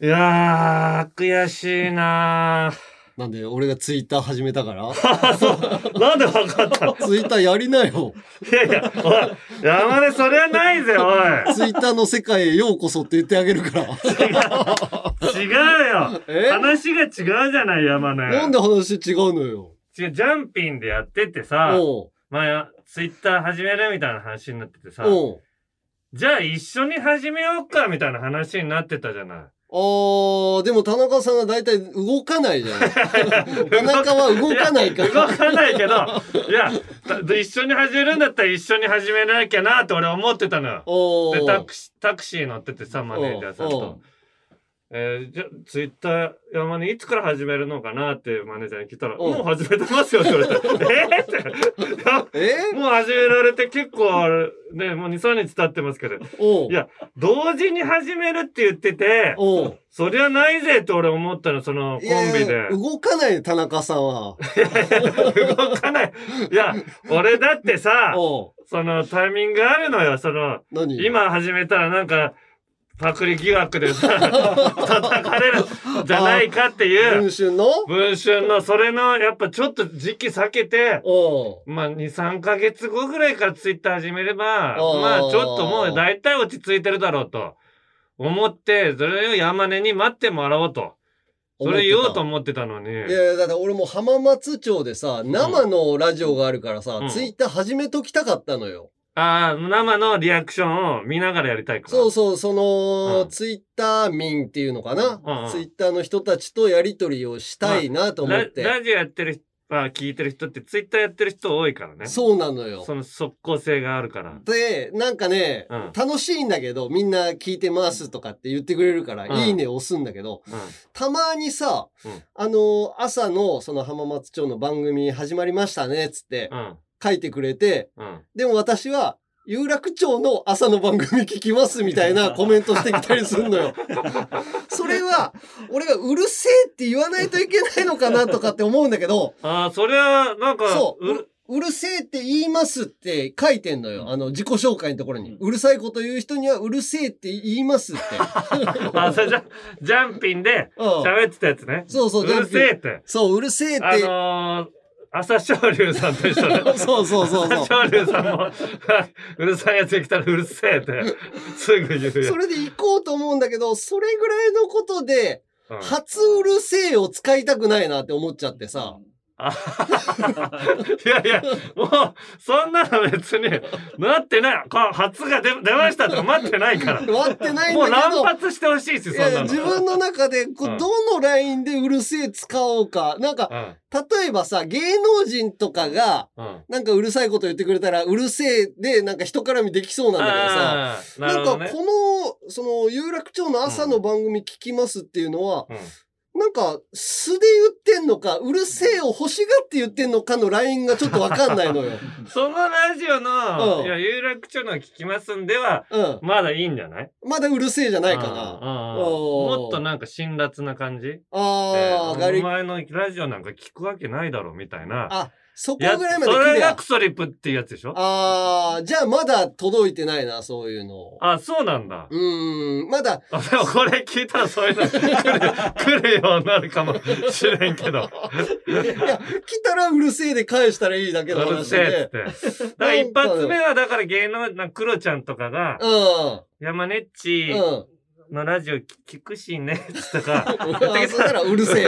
いやー、悔しいなー。 なんで俺がツイッター始めたからそうなんで分かったの。 ツイッターやりなよ。 いやいや、おい、山根それはないぜ、おい。 ツイッターの世界へようこそって言ってあげるから。 違うよ。話が違うじゃない、山根。 なんで話違うのよ。 違う、ジャンピンでやっててさ、まあ、ツイッター始めるみたいな話になっててさ、じゃあ一緒に始めようかみたいな話になってたじゃない。 でも田中さんが大体動かないじゃない。田中は動かないから。 動かないけど、いや、一緒に始めるんだったら一緒に始めなきゃなって俺思ってたのよ。で、タクシー乗っててさ、マネージャーさんと。じゃあ、ツイッター、山根いつから始めるのかなってマネージャーに聞いたら、もう始めてますよって言われて、もう始められて結構、ね、もう2、3日経ってますけど、いや、同時に始めるって言ってて、そりゃないぜって俺思ったの、そのコンビで。 動かない田中さんは。 動かない。いや、俺だってさ、そのタイミングあるのよ、その、今始めたらなんか、パクリ疑惑でさ、叩かれるじゃないかっていう。文春の、それの、やっぱちょっと時期避けて、まあ2、3ヶ月後ぐらいからツイッター始めれば、まあちょっともう大体落ち着いてるだろうと思って、それを山根に待ってもらおうと。それ言おうと思ってたのに。いや、だって俺も浜松町でさ、生のラジオがあるからさ、ツイッター始めときたかったのよ。 生のリアクションを見ながらやりたいから。 そうそう、その、ツイッター民っていうのかな、ツイッターの人たちとやりとりをしたいなと思って。 ラジオやってる人、聞いてる人ってツイッターやってる人多いからね。 そうなのよ。 その即効性があるから。 で、なんかね、楽しいんだけど、みんな聞いてますとかって言ってくれるから、いいね押すんだけど、たまにさ、朝のその浜松町の番組始まりましたね、つって、書いてくれて、でも私は、有楽町の朝の番組聞きますみたいなコメントしてきたりするのよ。それは、俺がうるせえって言わないといけないのかなとかって思うんだけど。 それは、なんか、 うるせえって言いますって書いてんのよ。自己紹介のところに。うるさいこと言う人にはうるせえって言いますって。 それジャンピンで喋ってたやつね。 そうそう、 うるせえって。 そう、うるせえって。 朝青龍さんと一緒で。 そうそうそう。 朝青龍さんも、うるさいやつが来たらうるせえって、すぐ言うよ。 それで行こうと思うんだけど、それぐらいのことで、初うるせえを使いたくないなって思っちゃってさ。 いやいや、もう、そんなの別に、なってない。初が出ましたとか待ってないから。 待ってないんだけど。 もう乱発してほしいですよ、そんなの。 自分の中で、どのラインでうるせえ使おうか。なんか、例えばさ、芸能人とかが、なんかうるさいこと言ってくれたら、うるせえで、なんか人絡みできそうなんだけどさ、なんかこの、その、有楽町の朝の番組聞きますっていうのは、なんか、素で言ってんのか、うるせえを欲しがって言ってんのかのラインがちょっとわかんないのよ。 そのラジオの、いや、有楽町の聞きますんでは、まだいいんじゃない？ まだうるせえじゃないかな。 もっとなんか辛辣な感じ？お前のラジオなんか聞くわけないだろ、みたいな。 そこぐらいまで来るや。 それがクソリプっていうやつでしょ？ じゃあまだ届いてないな、そういうの。 そうなんだ。 まだ。 でもこれ聞いたらそういうの来るようになるかもしれんけど。 いや、来たらうるせえで返したらいいだけの話で。 うるせえって。だから一発目はだから芸能、クロちゃんとかが、山根っちのラジオ聞くしね、つったか。 そしたらうるせえ。い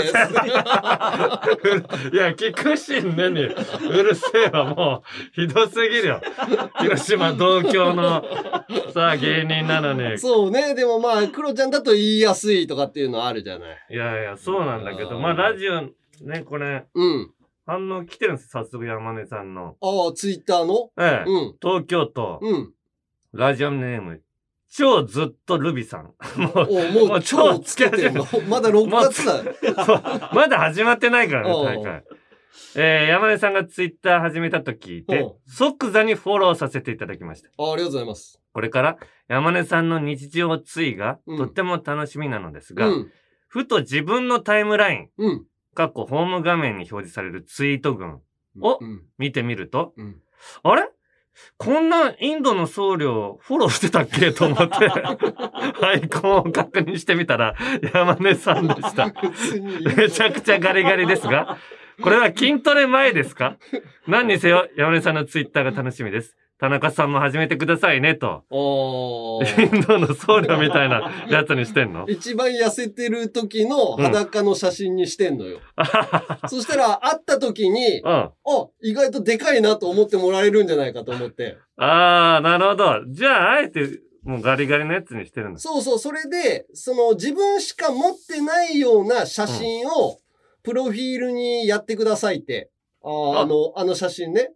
や、聞くしねに、うるせえはもう、ひどすぎるよ。広島同郷のさ、芸人なのに。 そうね、でもまあ、クロちゃんだと言いやすいとかっていうのはあるじゃない。 いやいや、そうなんだけど、まあラジオ、ね、これ、反応来てるんです、早速山根さんの。 ツイッターの東京都、ラジオネーム、超ずっとルビさん。 もう超つけてるの。まだ6月だ。 まだ始まってないからね、大会。山根さんがツイッター始めたと聞いて、即座にフォローさせていただきました。 ありがとうございます。 これから山根さんの日常ツイがとっても楽しみなのですが、ふと自分のタイムライン、ホーム画面に表示されるツイート群を見てみると、あれこんなインドの僧侶フォローしてたっけと思って、アイコンを確認してみたら、山根さんでした。めちゃくちゃガリガリですが、これは筋トレ前ですか？何にせよ、山根さんのツイッターが楽しみです。田中さんも始めてくださいねと。インドの僧侶みたいなやつにしてんの？ 一番痩せてる時の裸の写真にしてんのよ。そしたら会った時に、意外とでかいなと思ってもらえるんじゃないかと思って。 なるほど。じゃあ、あえて、もうガリガリのやつにしてるんだ。 そうそう、それで、自分しか持ってないような写真を、プロフィールにやってくださいって。あの写真ね。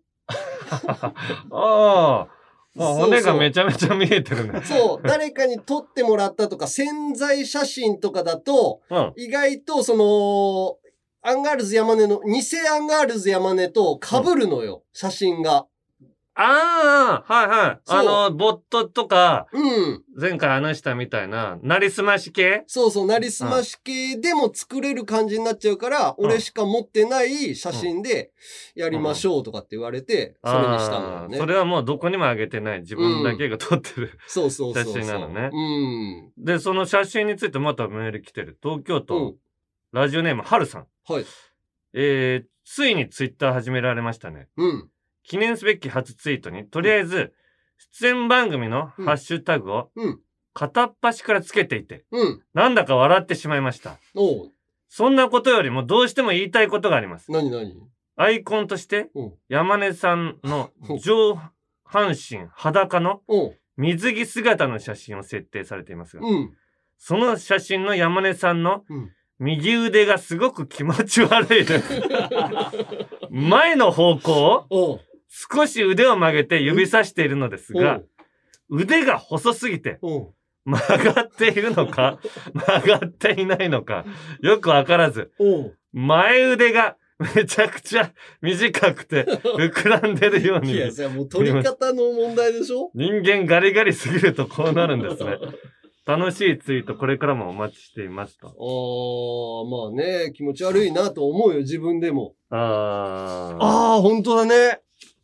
骨がめちゃめちゃ見えてるね。 そう、誰かに撮ってもらったとか、宣材写真とかだと、意外とアンガールズ山根の、偽アンガールズ山根と被るのよ、写真が。 はいはい。ボットとか、前回話したみたいな、なりすまし系？ そうそう、なりすまし系でも作れる感じになっちゃうから、俺しか持ってない写真でやりましょうとかって言われて、それにしたのよね。 それはもうどこにも上げてない、自分だけが撮ってる写真なのね。で、その写真についてまたメール来てる。東京都、ラジオネームはるさん。 はい。 ついにツイッター始められましたね。記念すべき初ツイートに、とりあえず、出演番組のハッシュタグを、片っ端からつけていて、なんだか笑ってしまいました。そんなことよりもどうしても言いたいことがあります。 何アイコンとして、山根さんの上半身裸の水着姿の写真を設定されていますが、その写真の山根さんの右腕がすごく気持ち悪いです。前の方向を少し腕を曲げて指さしているのですが、腕が細すぎて、曲がっているのか、曲がっていないのか、よくわからず、前腕がめちゃくちゃ短くて膨らんでるように。 いや、もう取り方の問題でしょ？ 人間ガリガリすぎるとこうなるんですね。楽しいツイートこれからもお待ちしていますと。 まあね、気持ち悪いなと思うよ、自分でも。本当だね。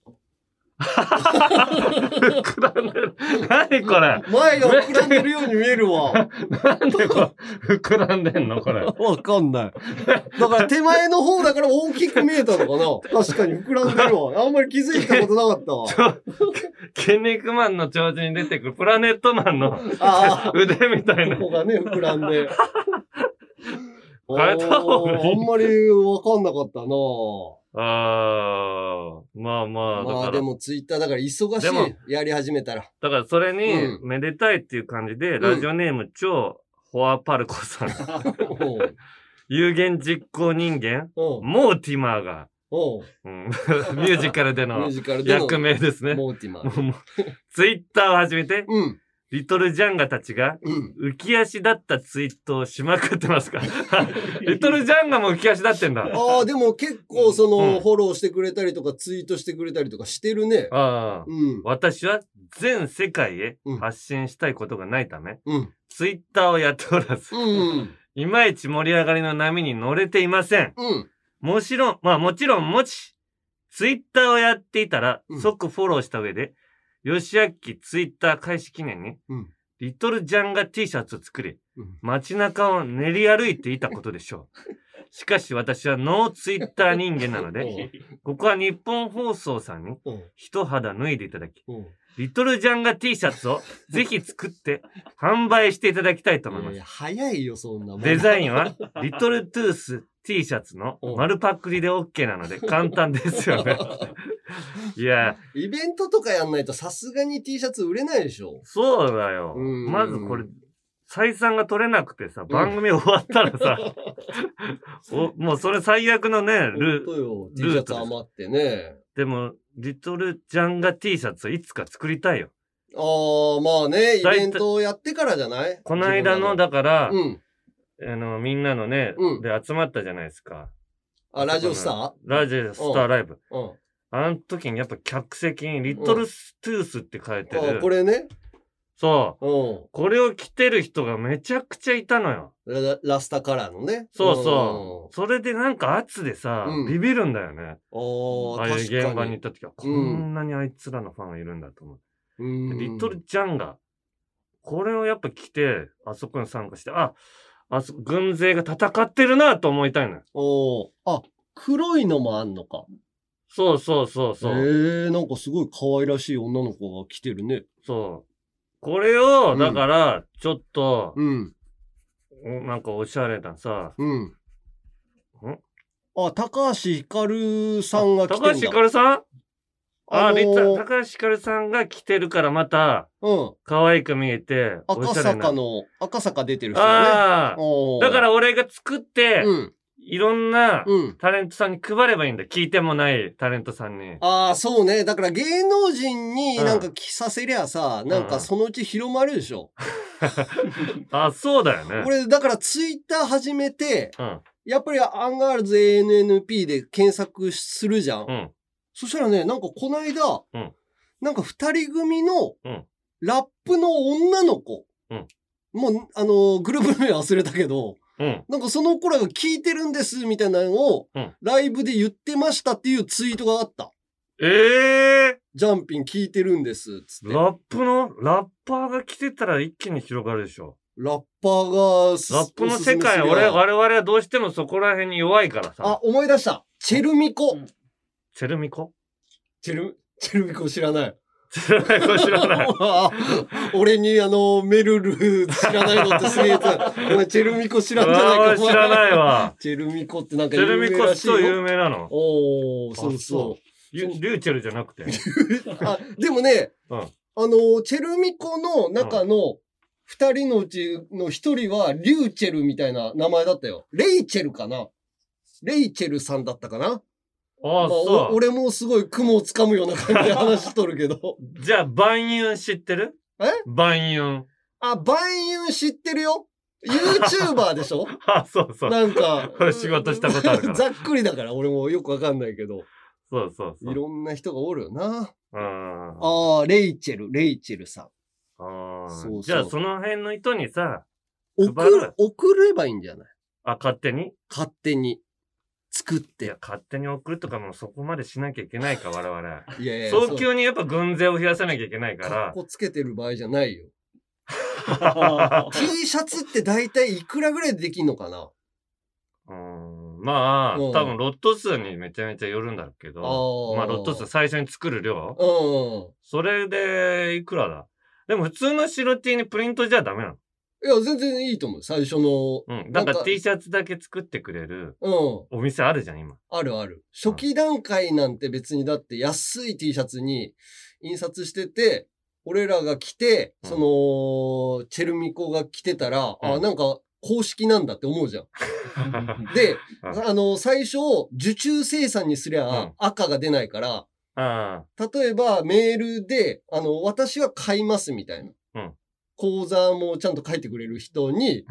膨らんでる。何これ。 前が膨らんでるように見えるわ。 なんでこれ、膨らんでんのこれ。 わかんない。だから手前の方だから大きく見えたのかな。確かに膨らんでるわ。あんまり気づいたことなかったわ。 筋肉マンの頂上に出てくるプラネットマンの腕みたいな。 ここがね、膨らんで。 変えた方がいい。 あんまりわかんなかったな。 まあでもツイッターだから忙しい。やり始めたら。 だからそれに、めでたいっていう感じで、ラジオネーム超フォアパルコさん。有言実行人間、モーティマーが、ミュージカルでの役名ですね。 モーティマー。 ツイッターを始めて、リトルジャンガたちが浮き足だったツイートをしまくってますか？リトルジャンガも浮き足だってんだ。 でも結構フォローしてくれたりとかツイートしてくれたりとかしてるね。 私は全世界へ発信したいことがないため、ツイッターをやっておらず、いまいち盛り上がりの波に乗れていません。もちろん、ツイッターをやっていたら即フォローした上で、よしあきツイッター開始記念に、リトルジャンガ T シャツを作り、街中を練り歩いていたことでしょう。しかし私はノーツイッター人間なので、ここは日本放送さんに一肌脱いでいただき、リトルジャンガ T シャツをぜひ作って販売していただきたいと思います。 早いよ、そんなもん。 デザインはリトルトゥース T シャツの丸パクリで OK なので簡単ですよね。いや。 イベントとかやんないとさすがに T シャツ売れないでしょ。 そうだよ。まずこれ、採算が取れなくてさ、番組終わったらさ、もうそれ最悪のね、 ルート。T シャツ余ってね。 でも、リトルジャンガ T シャツいつか作りたいよ。 まあね、イベントをやってからじゃない？ この間の、だから、みんなのね、で集まったじゃないですか。 ラジオスター？ ラジオスターライブ。あの時にやっぱ客席にリトルトゥースって書いてる。 これね。 そう。これを着てる人がめちゃくちゃいたのよ。 ラスタカラーのね。 そうそう。それでなんか圧でさ、ビビるんだよね。ああいう現場に行った時は、こんなにあいつらのファンがいるんだと思う。リトルジャンが、これをやっぱ着て、あそこに参加して、軍勢が戦ってるなと思いたいのよ。 黒いのもあんのか。 そうそうそうそう。 なんかすごい可愛らしい女の子が来てるね。 そう。これを、だから、ちょっと、なんかおしゃれなさ。 高橋ひかるさんが来てるんだ。 高橋ひかるさん高橋ひかるさんが来てるからまた、可愛く見えて、 赤坂出てる人だね。だから俺が作って、いろんなタレントさんに配ればいいんだ。聞いてもないタレントさんに。 そうね。だから芸能人になんか着させりゃさ、なんかそのうち広まるでしょ。 そうだよね。 俺、だからツイッター始めて、やっぱりアンガールズ ANNP で検索するじゃん。そしたらね、なんかこの間、なんか二人組のラップの女の子、もう、グループ名忘れたけど、なんかその子らが聞いてるんですみたいなのを、ライブで言ってましたっていうツイートがあった。ジャンピン聞いてるんですつって。 ラッパーが来てたら一気に広がるでしょ。 ラッパーが、 ラップの世界、我々はどうしてもそこら辺に弱いからさ。 思い出した。チェルミコ。 チェルミコチェルミコ知らない。 知らない。 俺にメルル知らないのってすげえやつ。お前チェルミコ知らんじゃないか。 知らないわ。 チェルミコってなんか有名らしいよ。 チェルミコってそう有名なの。 そうそう。 リューチェルじゃなくて。 でもね、チェルミコの中の二人のうちの一人はリューチェルみたいな名前だったよ。レイチェルかな。レイチェルさんだったかな。俺もすごい雲をつかむような感じで話しとるけど。 じゃあ、万有知ってる？万有。 万有知ってるよ。YouTuber でしょ？ そうそう。 なんか、 仕事したことあるから。 ざっくりだから俺もよくわかんないけど。 そうそうそう。 いろんな人がおるよな。レイチェルさん。 じゃあ、その辺の人にさ、 送ればいいんじゃない？ 勝手に？ 勝手に。作って。いや、 勝手に送るとかもそこまでしなきゃいけないか、我々。 いやいや。 早急にやっぱ軍勢を増やさなきゃいけないから。 かっこつけてる場合じゃないよ。T シャツって大体いくらぐらいでできんのかな？ まあ、多分ロット数にめちゃめちゃよるんだろうけど、ロット数最初に作る量それでいくらだ？でも普通の白 T にプリントじゃダメなの？ いや、全然いいと思う。最初の。 なんか T シャツだけ作ってくれるお店あるじゃん、今。 あるある。初期段階なんて別にだって安い T シャツに印刷してて、俺らが着て、チェルミコが着てたら、なんか公式なんだって思うじゃん。で、最初、受注生産にすりゃ赤が出ないから、例えばメールで、私は買いますみたいな。講座もちゃんと書いてくれる人に、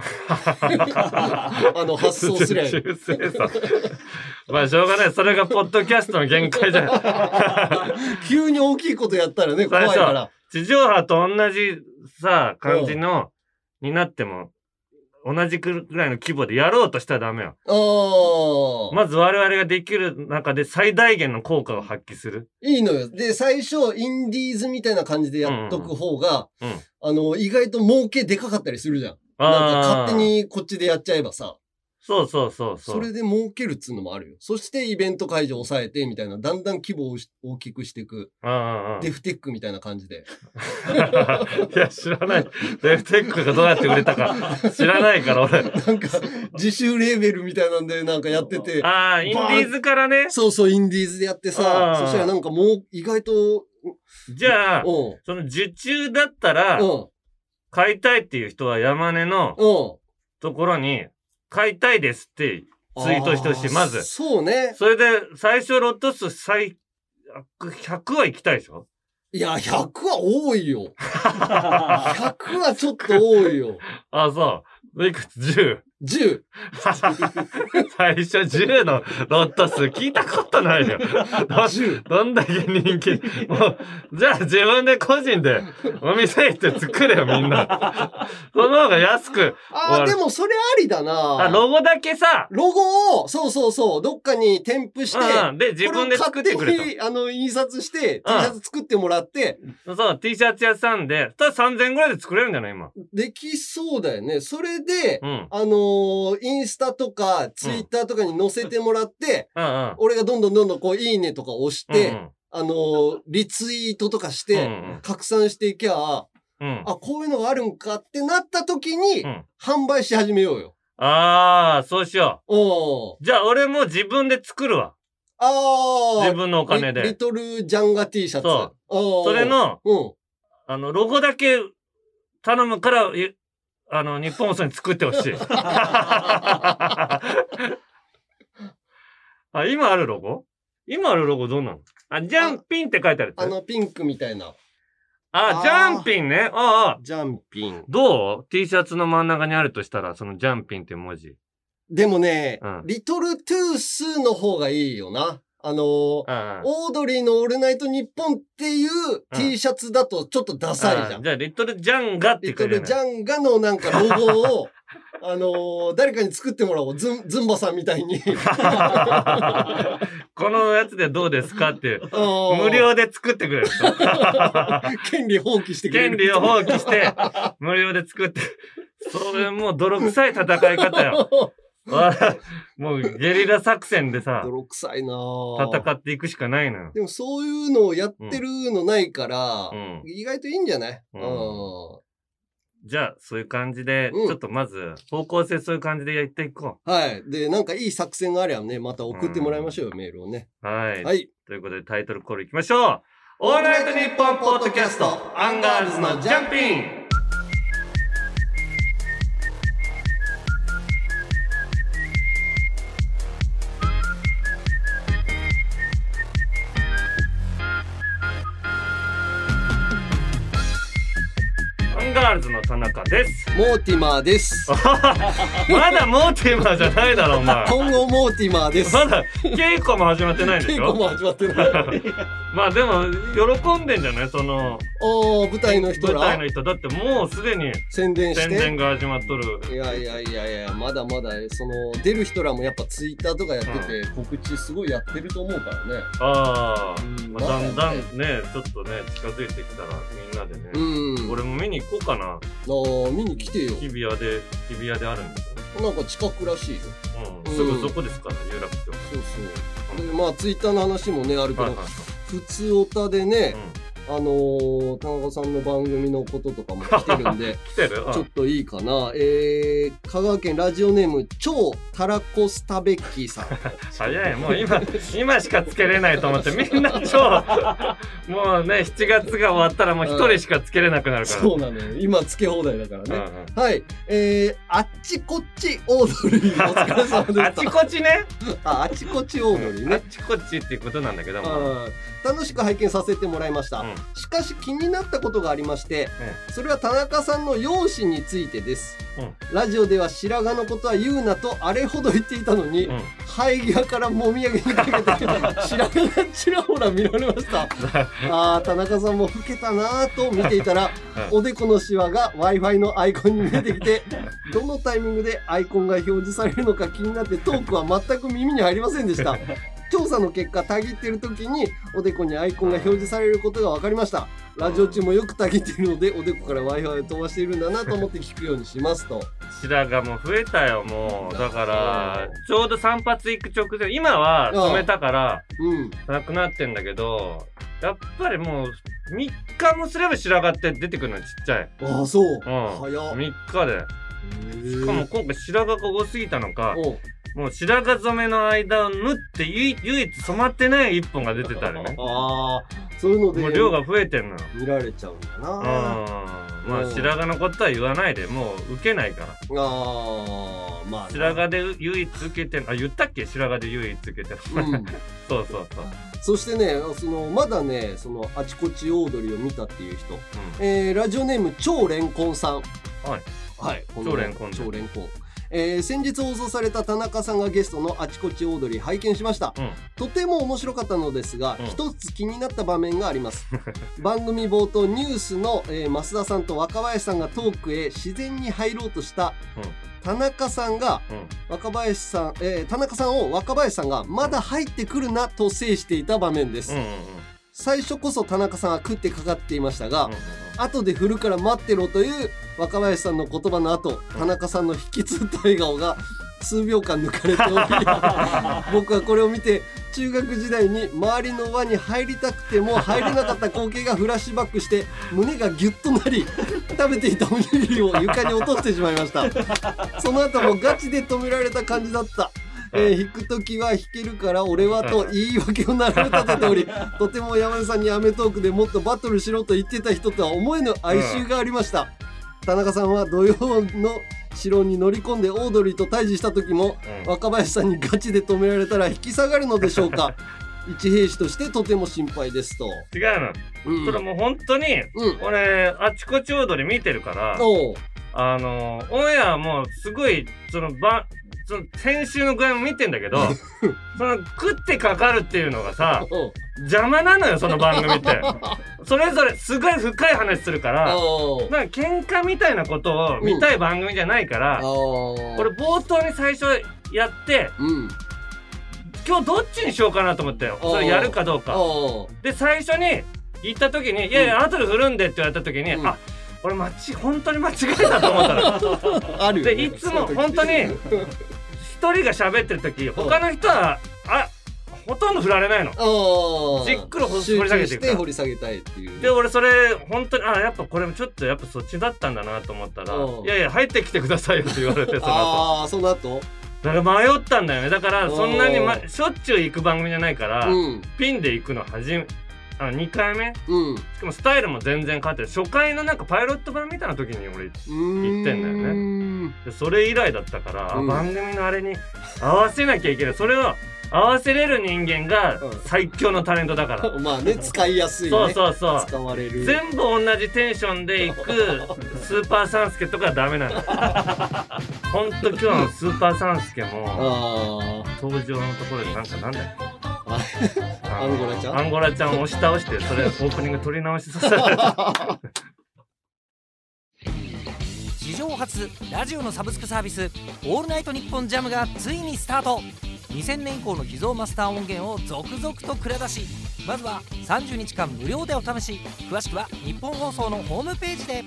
発送すりゃいい。 まあ、しょうがない。それがポッドキャストの限界じゃん。 急に大きいことやったらね、怖いから。 地上波と同じさ、感じの、になっても、同じくらいの規模でやろうとしたらダメよ。まず我々ができる中で最大限の効果を発揮する。 いいのよ。で、最初、インディーズみたいな感じでやっとく方が、意外と儲けでかかったりするじゃん。なんか勝手にこっちでやっちゃえばさ。 そうそうそうそれで儲けるっつうのもあるよ。そしてイベント会場を抑えてみたいな、だんだん規模を大きくしていく。デフテックみたいな感じで。 いや、知らない。デフテックがどうやって売れたか知らないから俺。 なんか、自主レーベルみたいなんでなんかやってて。 インディーズからね。 そうそう、インディーズでやってさ。そしたらなんかもう意外と。 じゃあ、その受注だったら、買いたいっていう人は山根のところに、買いたいですってツイートしてほしい、まず。 そうね。 それで、最初ロット数100は行きたいでしょ？ いや、100は多いよ。100はちょっと多いよ。 そいくつ 10？ 10 最初10のロット数聞いたことないよ。どんだけ人気。もう、じゃあ自分で個人でお店行って作れよ、みんな。その方が安く。 でもそれありだな。 ロゴだけさ。 ロゴを、そう、どっかに添付して、 で、自分で作ってくれと。 印刷して、T シャツ作ってもらって。 そう、T シャツ屋さんで、そしたら3000円ぐらいで作れるんじゃない今。 できそうだよね。それで、インスタとか、ツイッターとかに載せてもらって、俺がどんどんこう、いいねとか押して、リツイートとかして、拡散していきゃ、こういうのがあるんかってなった時に、販売し始めようよ。 そうしよう。じゃあ俺も自分で作るわ。自分のお金で。 リトルジャンガ T シャツ。 それの、ロゴだけ頼むから、日本放送に作ってほしい。今あるロゴどうなの？ジャンピンって書いてある。 ピンクみたいな。 ジャンピンね。 ジャンピン。 どう？ T シャツの真ん中にあるとしたら、そのジャンピンって文字。 でもね、リトルトゥースの方がいいよな。オードリーのオールナイトニッポンっていう T シャツだとちょっとダサいじゃん。 じゃあ、リトルジャンガって言ってリトルジャンガのなんかロゴを、誰かに作ってもらおう。ズンバさんみたいに。このやつでどうですかって、無料で作ってくれる人。 権利放棄してくれる。 権利を放棄して、無料で作って。それもう泥臭い戦い方よ。もうゲリラ作戦でさ、 泥臭いな戦っていくしかないのよ。 でもそういうのをやってるのないから、意外といいんじゃない？ じゃあ、そういう感じで、ちょっとまず、方向性そういう感じでやっていこう。はい。で、なんかいい作戦があればね、また送ってもらいましょうよ、メールをね。 はい。ということでタイトルコールいきましょう。オールナイトニッポンポッドキャスト、アンガールズのジャンピン。ガールズの田中です。 モーティマーです。 まだモーティマーじゃないだろ、お前。 今後モーティマーです。 まだ稽古も始まってないでしょ。 稽古も始まってない。 まあでも、喜んでんじゃないその。 舞台の人ら。 舞台の人。だってもうすでに。 宣伝が始まっとる。 いや、まだまだ、出る人らもやっぱツイッターとかやってて、告知すごいやってると思うからね。 だんだんね、ちょっとね、近づいてきたらみんなでね。俺も見に行こうかな。 見に来てよ。 日比谷であるんですよ。なんか近くらしいよ。 すぐそこですから、有楽町。 そう。で、まあツイッターの話もね、あるけど、普通オタでね、田中さんの番組のこととかも来てるんで、ちょっといいかな。香川県ラジオネーム、超タラコスタベッキーさん。 早い、もう今しかつけれないと思って、みんなもうね、7月が終わったらもう1人しかつけれなくなるから。 そうなのよ。今つけ放題だからね。はい。あっちこっちオードリー、お疲れ様でした。 あっちこっちね。 あっちこっちオードリーね。 あっちこっちっていうことなんだけども。 楽しく拝見させてもらいました。しかし気になったことがありまして、それは田中さんの容姿についてです。ラジオでは白髪のことは言うなとあれほど言っていたのに、生え際からもみあげにかけて白髪がちらほら見られました。田中さんも老けたなぁと見ていたら、おでこのシワが Wi-Fi のアイコンに出てきて、どのタイミングでアイコンが表示されるのか気になってトークは全く耳に入りませんでした。調査の結果、たぎってる時におでこにアイコンが表示されることが分かりました。ラジオ中もよくたぎっているので、おでこから Wi-Fi を飛ばしているんだなと思って聞くようにしますと。 白髪も増えたよ、もう。だから、ちょうど散髪行く直前、今は染めたから、なくなってんだけど、やっぱりもう、3日もすれば白髪って出てくるのちっちゃい。 そう。 早っ。3日で。しかも今回白髪が多すぎたのか、もう白髪染めの間を縫って唯一染まってない1本が出てたりね。 そういうのでもう量が増えてんのよ。 見られちゃうんだな。 まあ白髪のことは言わないで、もう受けないから。 ままあ白髪で唯一受けてる、言ったっけ、白髪で唯一受けてる、そうそうそう。 そしてね、まだね、あちこちオードリーを見たっていう人、ラジオネーム超レンコンさん。はい。 超レンコン。 先日放送された田中さんがゲストのあちこちオードリー拝見しました、とても面白かったのですが、一つ気になった場面があります番組冒頭ニュースの、増田さんと若林さんがトークへ自然に入ろうとした、田中さんが、田中さんを若林さんがまだ入ってくるなと制していた場面です、最初こそ田中さんは食ってかかっていましたが、後で振るから待ってろという若林さんの言葉の後、田中さんの引きつった笑顔が数秒間抜かれており僕はこれを見て中学時代に周りの輪に入りたくても入れなかった光景がフラッシュバックして胸がギュッとなり、食べていたおにぎりを床に落としてしまいましたその後もガチで止められた感じだった。弾くときは弾けるから俺はと言い訳を並べ立てており、とても山根さんにアメトークでもっとバトルしろと言ってた人とは思えぬ哀愁がありました、田中さんは土曜の城に乗り込んでオードリーと対峙した時も、若林さんにガチで止められたら引き下がるのでしょうか一兵士としてとても心配ですと。 違うの、それもう本当に、俺あちこちオードリー見てるから、オンエアもすごいその先週の具合も見てんだけど食ってかかるっていうのがさ邪魔なのよ、その番組ってそれぞれすごい深い話するからなんか喧嘩みたいなことを見たい番組じゃないから、俺冒頭に最初やって、今日どっちにしようかなと思ってそれやるかどうかで、最初に行った時に「いやいや後で振るんで」って言われた時に「あ俺本当に間違えたと思ったので、いつも本当に一人が喋ってる時他の人はほとんど振られないの。じっくり掘り下げていくから。 掘り下げたいっていう。 で俺それ本当にやっぱこれもちょっとやっぱそっちだったんだなと思ったら、いやいや入ってきてくださいよって言われて、その後。 その後だから迷ったんだよね。だからそんなに、しょっちゅう行く番組じゃないから、ピンで行くの2回目、しかもスタイルも全然変わってる。初回のなんかパイロット版みたいな時に俺行ってんだよね。でそれ以来だったから、番組のあれに合わせなきゃいけない。それを合わせれる人間が最強のタレントだから。 まあね、使いやすいね。 そう使われる。 全部同じテンションで行くスーパーサンスケとかはダメなの。ほんと今日のスーパーサンスケも登場のところでなんだっけアンゴラちゃんを押し倒してそれオープニング撮り直しさせる史上初ラジオのサブスクサービス「オールナイトニッポンジャム」がついにスタート。2000年以降の秘蔵マスター音源を続々と蔵出し。まずは30日間無料でお試し。詳しくは日本放送のホームページで。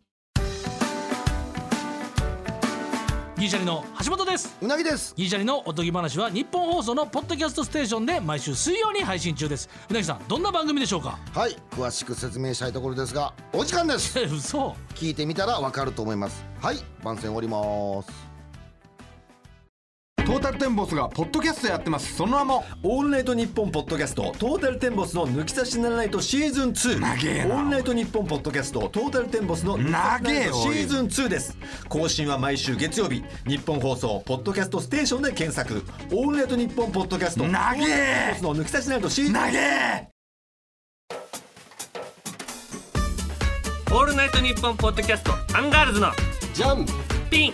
ギリシャリの橋本です。 うなぎです。 ギリシャリのおとぎ話は日本放送のポッドキャストステーションで毎週水曜に配信中です。うなぎさん、どんな番組でしょうか？ はい、詳しく説明したいところですがお時間です。 嘘。 聞いてみたらわかると思います。はい、番宣終わります。 トータルテンボスがポッドキャストやってます。その名もオールナイトニッポンポッドキャストトータルテンボスの抜き差しならないとシーズン2。 長えな。 オールナイトニッポンポッドキャストトータルテンボスの抜き差しならないとシーズン2です。更新は毎週月曜日、日本放送ポッドキャストステーションで検索。オールナイトニッポンポッドキャスト長えの抜き差しならないとシーズン長え。 オールナイトニッポンポッドキャストアンガールズのジャンピン。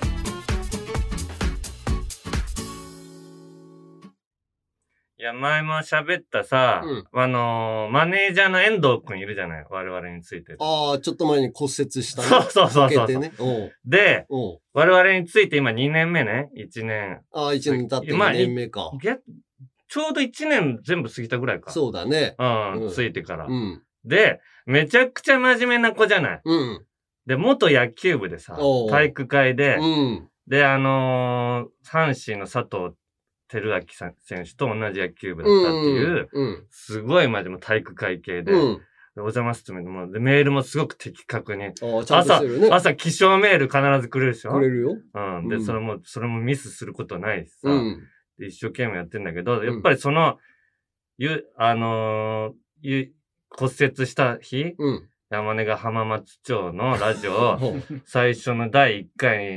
いや前も喋ったさ、マネージャーの遠藤くんいるじゃない、我々について。 ちょっと前に骨折したね。 そう、 ね、 で我々について今2年目ね。1年 1年経って2年目か、 ちょうど1年全部過ぎたぐらいか。 そうだね。 ついてから、でめちゃくちゃ真面目な子じゃない。で元野球部でさ、体育会で、で阪神の佐藤輝明選手と同じ野球部だったっていう、すごい真面目体育会系で、お邪魔するもでメールもすごく的確に、朝起床メール必ずくれるでしょ。 くれるよ。 でそれもミスすることないしさ、で一生懸命やってんだけど、やっぱりその骨折した日、山根が浜松町のラジオ最初の第1回に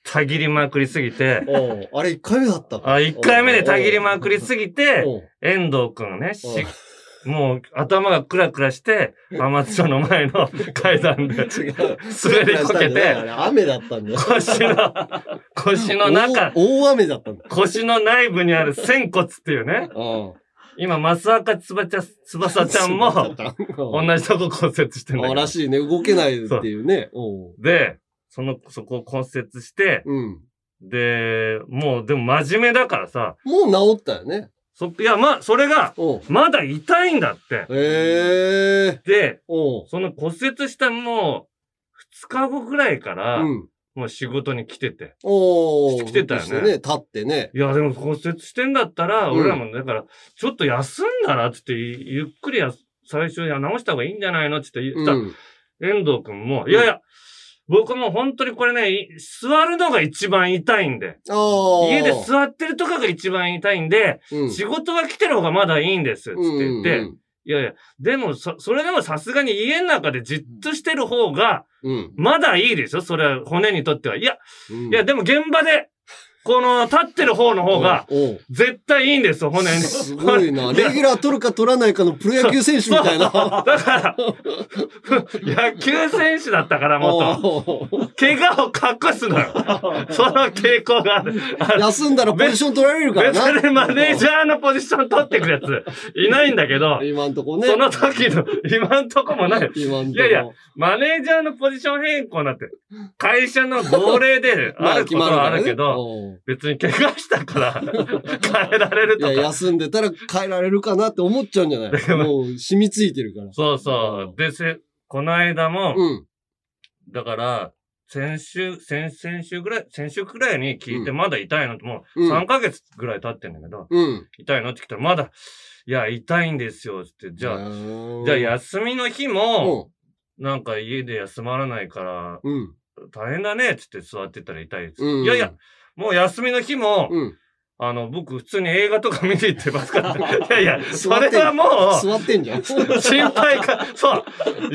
たぎりまくりすぎて。 あれ1回目だったか。 1回目でたぎりまくりすぎて、遠藤くんね、もう頭がクラクラして、浜松町の前の階段で滑りこけて、 雨だったんだよ。 腰の中、 大雨だったんだ。 腰の内部にある仙骨っていうね。今、増赤翼ちゃんも、同じとこ骨折してんだけど。 らしいね。動けないっていうね。 で、そこを骨折して、で、もう、でも真面目だからさ。 もう治ったよね。 いや、それが、まだ痛いんだって。で、その骨折したもう、2日後ぐらいから、もう仕事に来てて。来てたよね。 立ってね。 いや、でも骨折してんだったら、俺らも、だから、ちょっと休んだら、つって、ゆっくり最初に直した方がいいんじゃないのつって言ったら、遠藤くんも、いやいや、僕も本当にこれね、座るのが一番痛いんで。家で座ってるとかが一番痛いんで、仕事が来てる方がまだいいんです。つって言って、いやいや、でも、それでもさすがに家の中でじっとしてる方が、まだいいでしょそれは骨にとっては。いや、でも現場で、この立ってる方の方が、絶対いいんですよ、骨に。 すごいな。レギュラー取るか取らないかのプロ野球選手みたいな。 だから、野球選手だったから、元。怪我を隠すのよ。その傾向がある。 休んだらポジション取られるからな。 別にマネージャーのポジション取ってくるやつ、いないんだけど、 今んとこね。 その時の、今んとこもない。いやいや、マネージャーのポジション変更なんて、会社の号令であることはあるけど、別に怪我したから変えられるとか。 いや、休んでたら変えられるかなって思っちゃうんじゃないもう染みついてるから。 そうそう。で、この間も、だから、先週くらいに聞いてまだ痛いのってもう3ヶ月ぐらい経ってんだけど、痛いのって聞いたらまだ、いや、痛いんですよって、じゃあ休みの日も、なんか家で休まらないから、大変だねって言って座ってたら痛いです。いやいや、もう休みの日も、僕普通に映画とか見に行ってますから。いやいや、それはもう、 座ってんじゃん。 心配か、そう。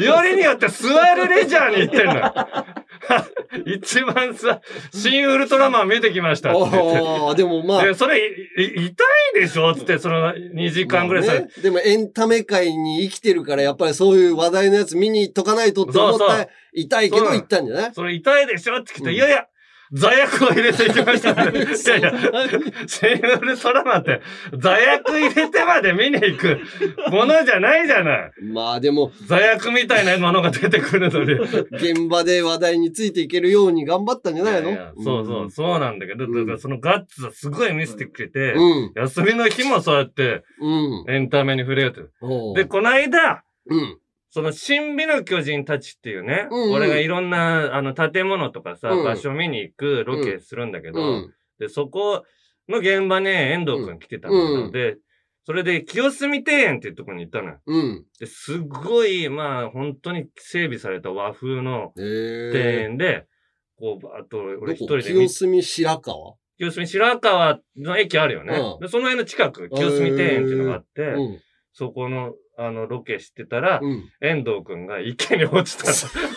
よりによって座るレジャーに行ってんのよ。一番新ウルトラマン見てきましたって言って。 でもまあ。 それ、痛いでしょつって、その2時間ぐらいさ、 でもエンタメ界に生きてるから、やっぱりそういう話題のやつ見に行っとかないとって思ったら、痛いけど行ったんじゃないそれ痛いでしょって聞いて、いやいや、座薬を入れていきましたね。いやいや、シンウルトラマンって、座薬入れてまで見に行くものじゃないじゃない。 まあでも、 座薬みたいなものが出てくるのに。 現場で話題についていけるように頑張ったんじゃないの？ そうなんだけど、だからそのガッツはすごい見せてくれて、休みの日もそうやって、エンタメに触れようと。で、この間、その、新美の巨人たちっていうね、俺がいろんな、建物とかさ、場所見に行くロケするんだけど、で、そこの現場ね、遠藤くん来てたので、それで、清澄庭園っていうところに行ったのよ。で、すっごい、まあ、本当に整備された和風の庭園で、こう、あと、俺一人で。 清澄白河清澄白河の駅あるよね。でその辺の近く、清澄庭園っていうのがあって、そこの、ロケしてたら、遠藤くんが池に落ちた。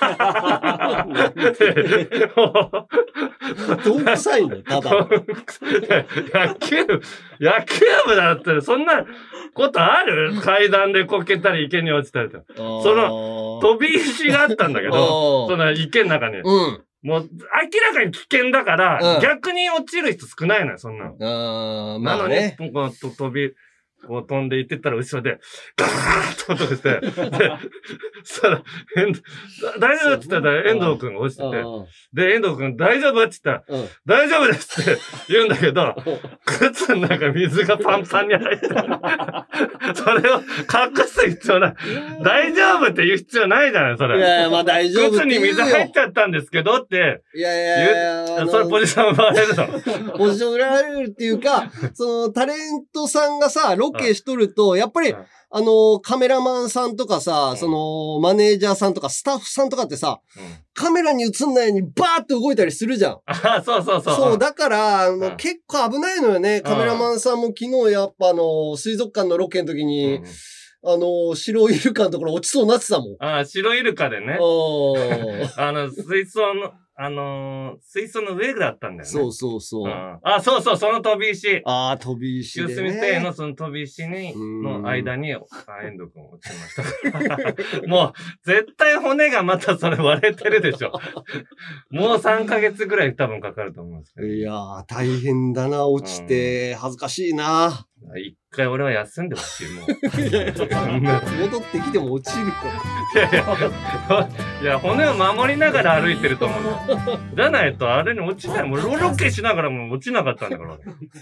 どんくさいのただ。 野球部だったら、そんなことある階段でこけたり池に落ちたりと。その、飛び石があったんだけど、その池の中に。もう、明らかに危険だから、逆に落ちる人少ないのよ、そんなの。なのに、こう飛んでいってったら後ろで、ガーッと音がして、で、そしたら、大丈夫って言ったら遠藤くんが落ちてて、で、遠藤くん大丈夫って言ったら、大丈夫ですって言うんだけど、靴の中水がパンパンに入ってる。それを隠す必要ない。大丈夫って言う必要ないじゃない、それ。 いやいや、まあ大丈夫。 靴に水入っちゃったんですけどって。 いやいや、 それポジション奪われるの。 ポジション奪われるっていうか、そのタレントさんがさ、ロケしとると、やっぱり、カメラマンさんとかさ、その、マネージャーさんとか、スタッフさんとかってさ、カメラに映んないようにバーッと動いたりするじゃん。 そうそうそう。 そう、だから、結構危ないのよね。カメラマンさんも昨日やっぱ水族館のロケの時に、白イルカのところ落ちそうになってたもん。 白イルカでね。水槽の、 水槽の上だったんだよね。 そうそうそう。 そうそう、その飛び石。 飛び石でね。 ユースミステイのその飛び石の間に、遠藤くん落ちましたから。もう、絶対骨がまたそれ割れてるでしょ。もう3ヶ月ぐらい多分かかると思うんですけど。 いやー、大変だな、落ちて。恥ずかしいな。 一回俺は休んでほしい、もう。 戻ってきても落ちるから。いや、骨を守りながら歩いてると思う。じゃないと、あれに落ちない。もうロケしながらも落ちなかったんだから。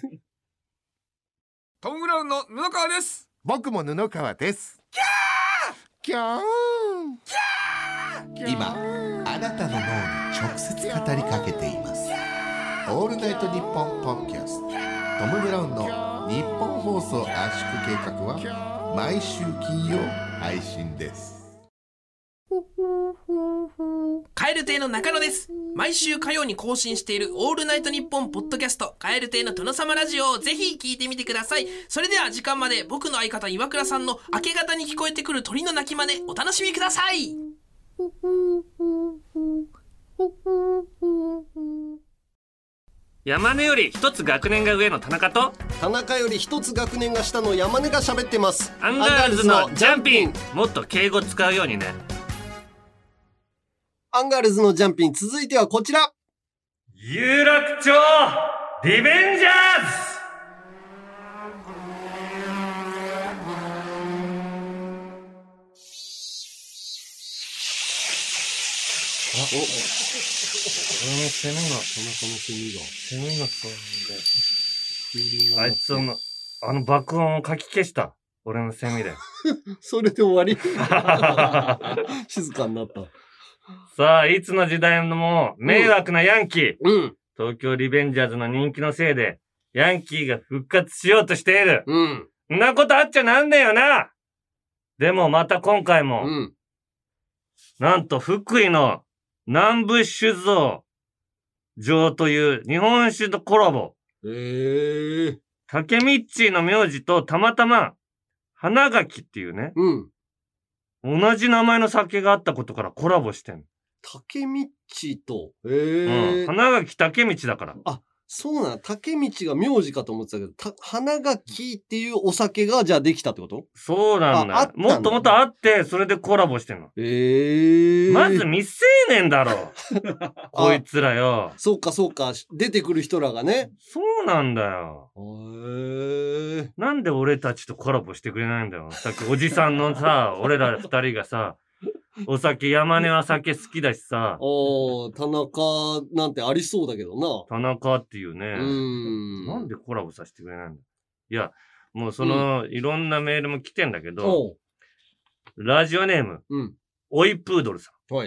トム・ブラウンの布川です。 僕も布川です。キャーキャー今あなたの脳に直接語りかけています。オールナイトニッポンポッドキャストトム・ブラウンの日本放送圧縮計画は毎週金曜配信です。 蛙亭の中野です。毎週火曜に更新しているオールナイトニッポンポッドキャスト蛙亭の殿様ラジオをぜひ聞いてみてください。それでは時間まで僕の相方岩倉さんの明け方に聞こえてくる鳥の鳴き真似お楽しみください。 山根より一つ学年が上の田中と田中より一つ学年が下の山根が喋ってます。 アンガールズのジャンピン。もっと敬語使うようにね。 アンガールズのジャンピン、続いてはこちら。 有楽町リベンジャーズ。俺のセミが、セミが飛んで、あいつ爆音をかき消した。俺のセミで。 それで終わり静かになった。 さあ、いつの時代も迷惑なヤンキー。東京リベンジャーズの人気のせいで、ヤンキーが復活しようとしている。そんなことあっちゃなんだよな。でもまた今回も、なんと福井の南部酒造場という日本酒とコラボ。竹ミッチーの名字とたまたま、花垣っていうね。同じ名前の酒があったことからコラボしてんの。 竹道と。 花垣竹道だから。 あ、そうなの。竹道が名字かと思ってたけど、花垣っていうお酒がじゃあできたってこと？ そうなんだよ。もっともっとあって、それでコラボしてんの。まず未成年だろ。こいつらよ。 そうかそうか。出てくる人らがね。 そうなんだよ。なんで俺たちとコラボしてくれないんだよ。さっきおじさんのさ、俺ら二人がさ、お酒、山根は酒好きだしさ。 田中なんてありそうだけどな。 田中っていうね。なんでコラボさせてくれないんだ。いや、もういろんなメールも来てんだけど、ラジオネーム、オイプードルさん。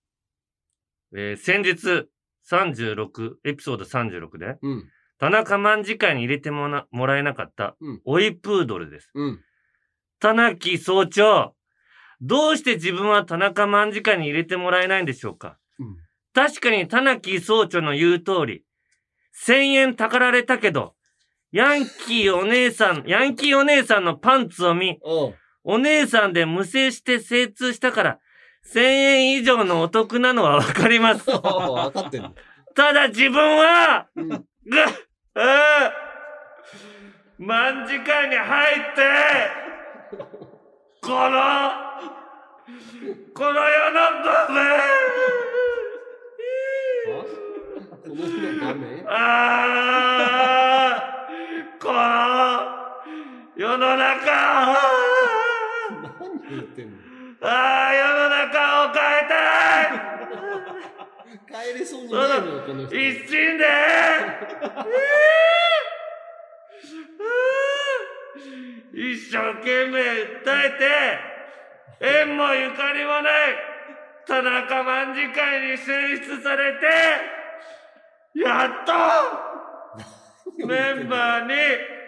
先日、エピソード36で、田中卍会に入れてもらえなかった、オイプードルです。田中総長、どうして自分は田中卍会に入れてもらえないんでしょうか。確かに田中総長の言う通り、1000円たかられたけど、ヤンキーお姉さんのパンツを見、お姉さんで無精して精通したから、1000円以上のお得なのはわかります。 わかってる。 ただ自分は、卍会に入って、この世の場面この世の中を何言ってんの？ 世の中を変えたい。 帰れそうにないのよこの人。 一心で一生懸命訴えて、縁もゆかりもない田中卍会に選出されて、やっとメンバーに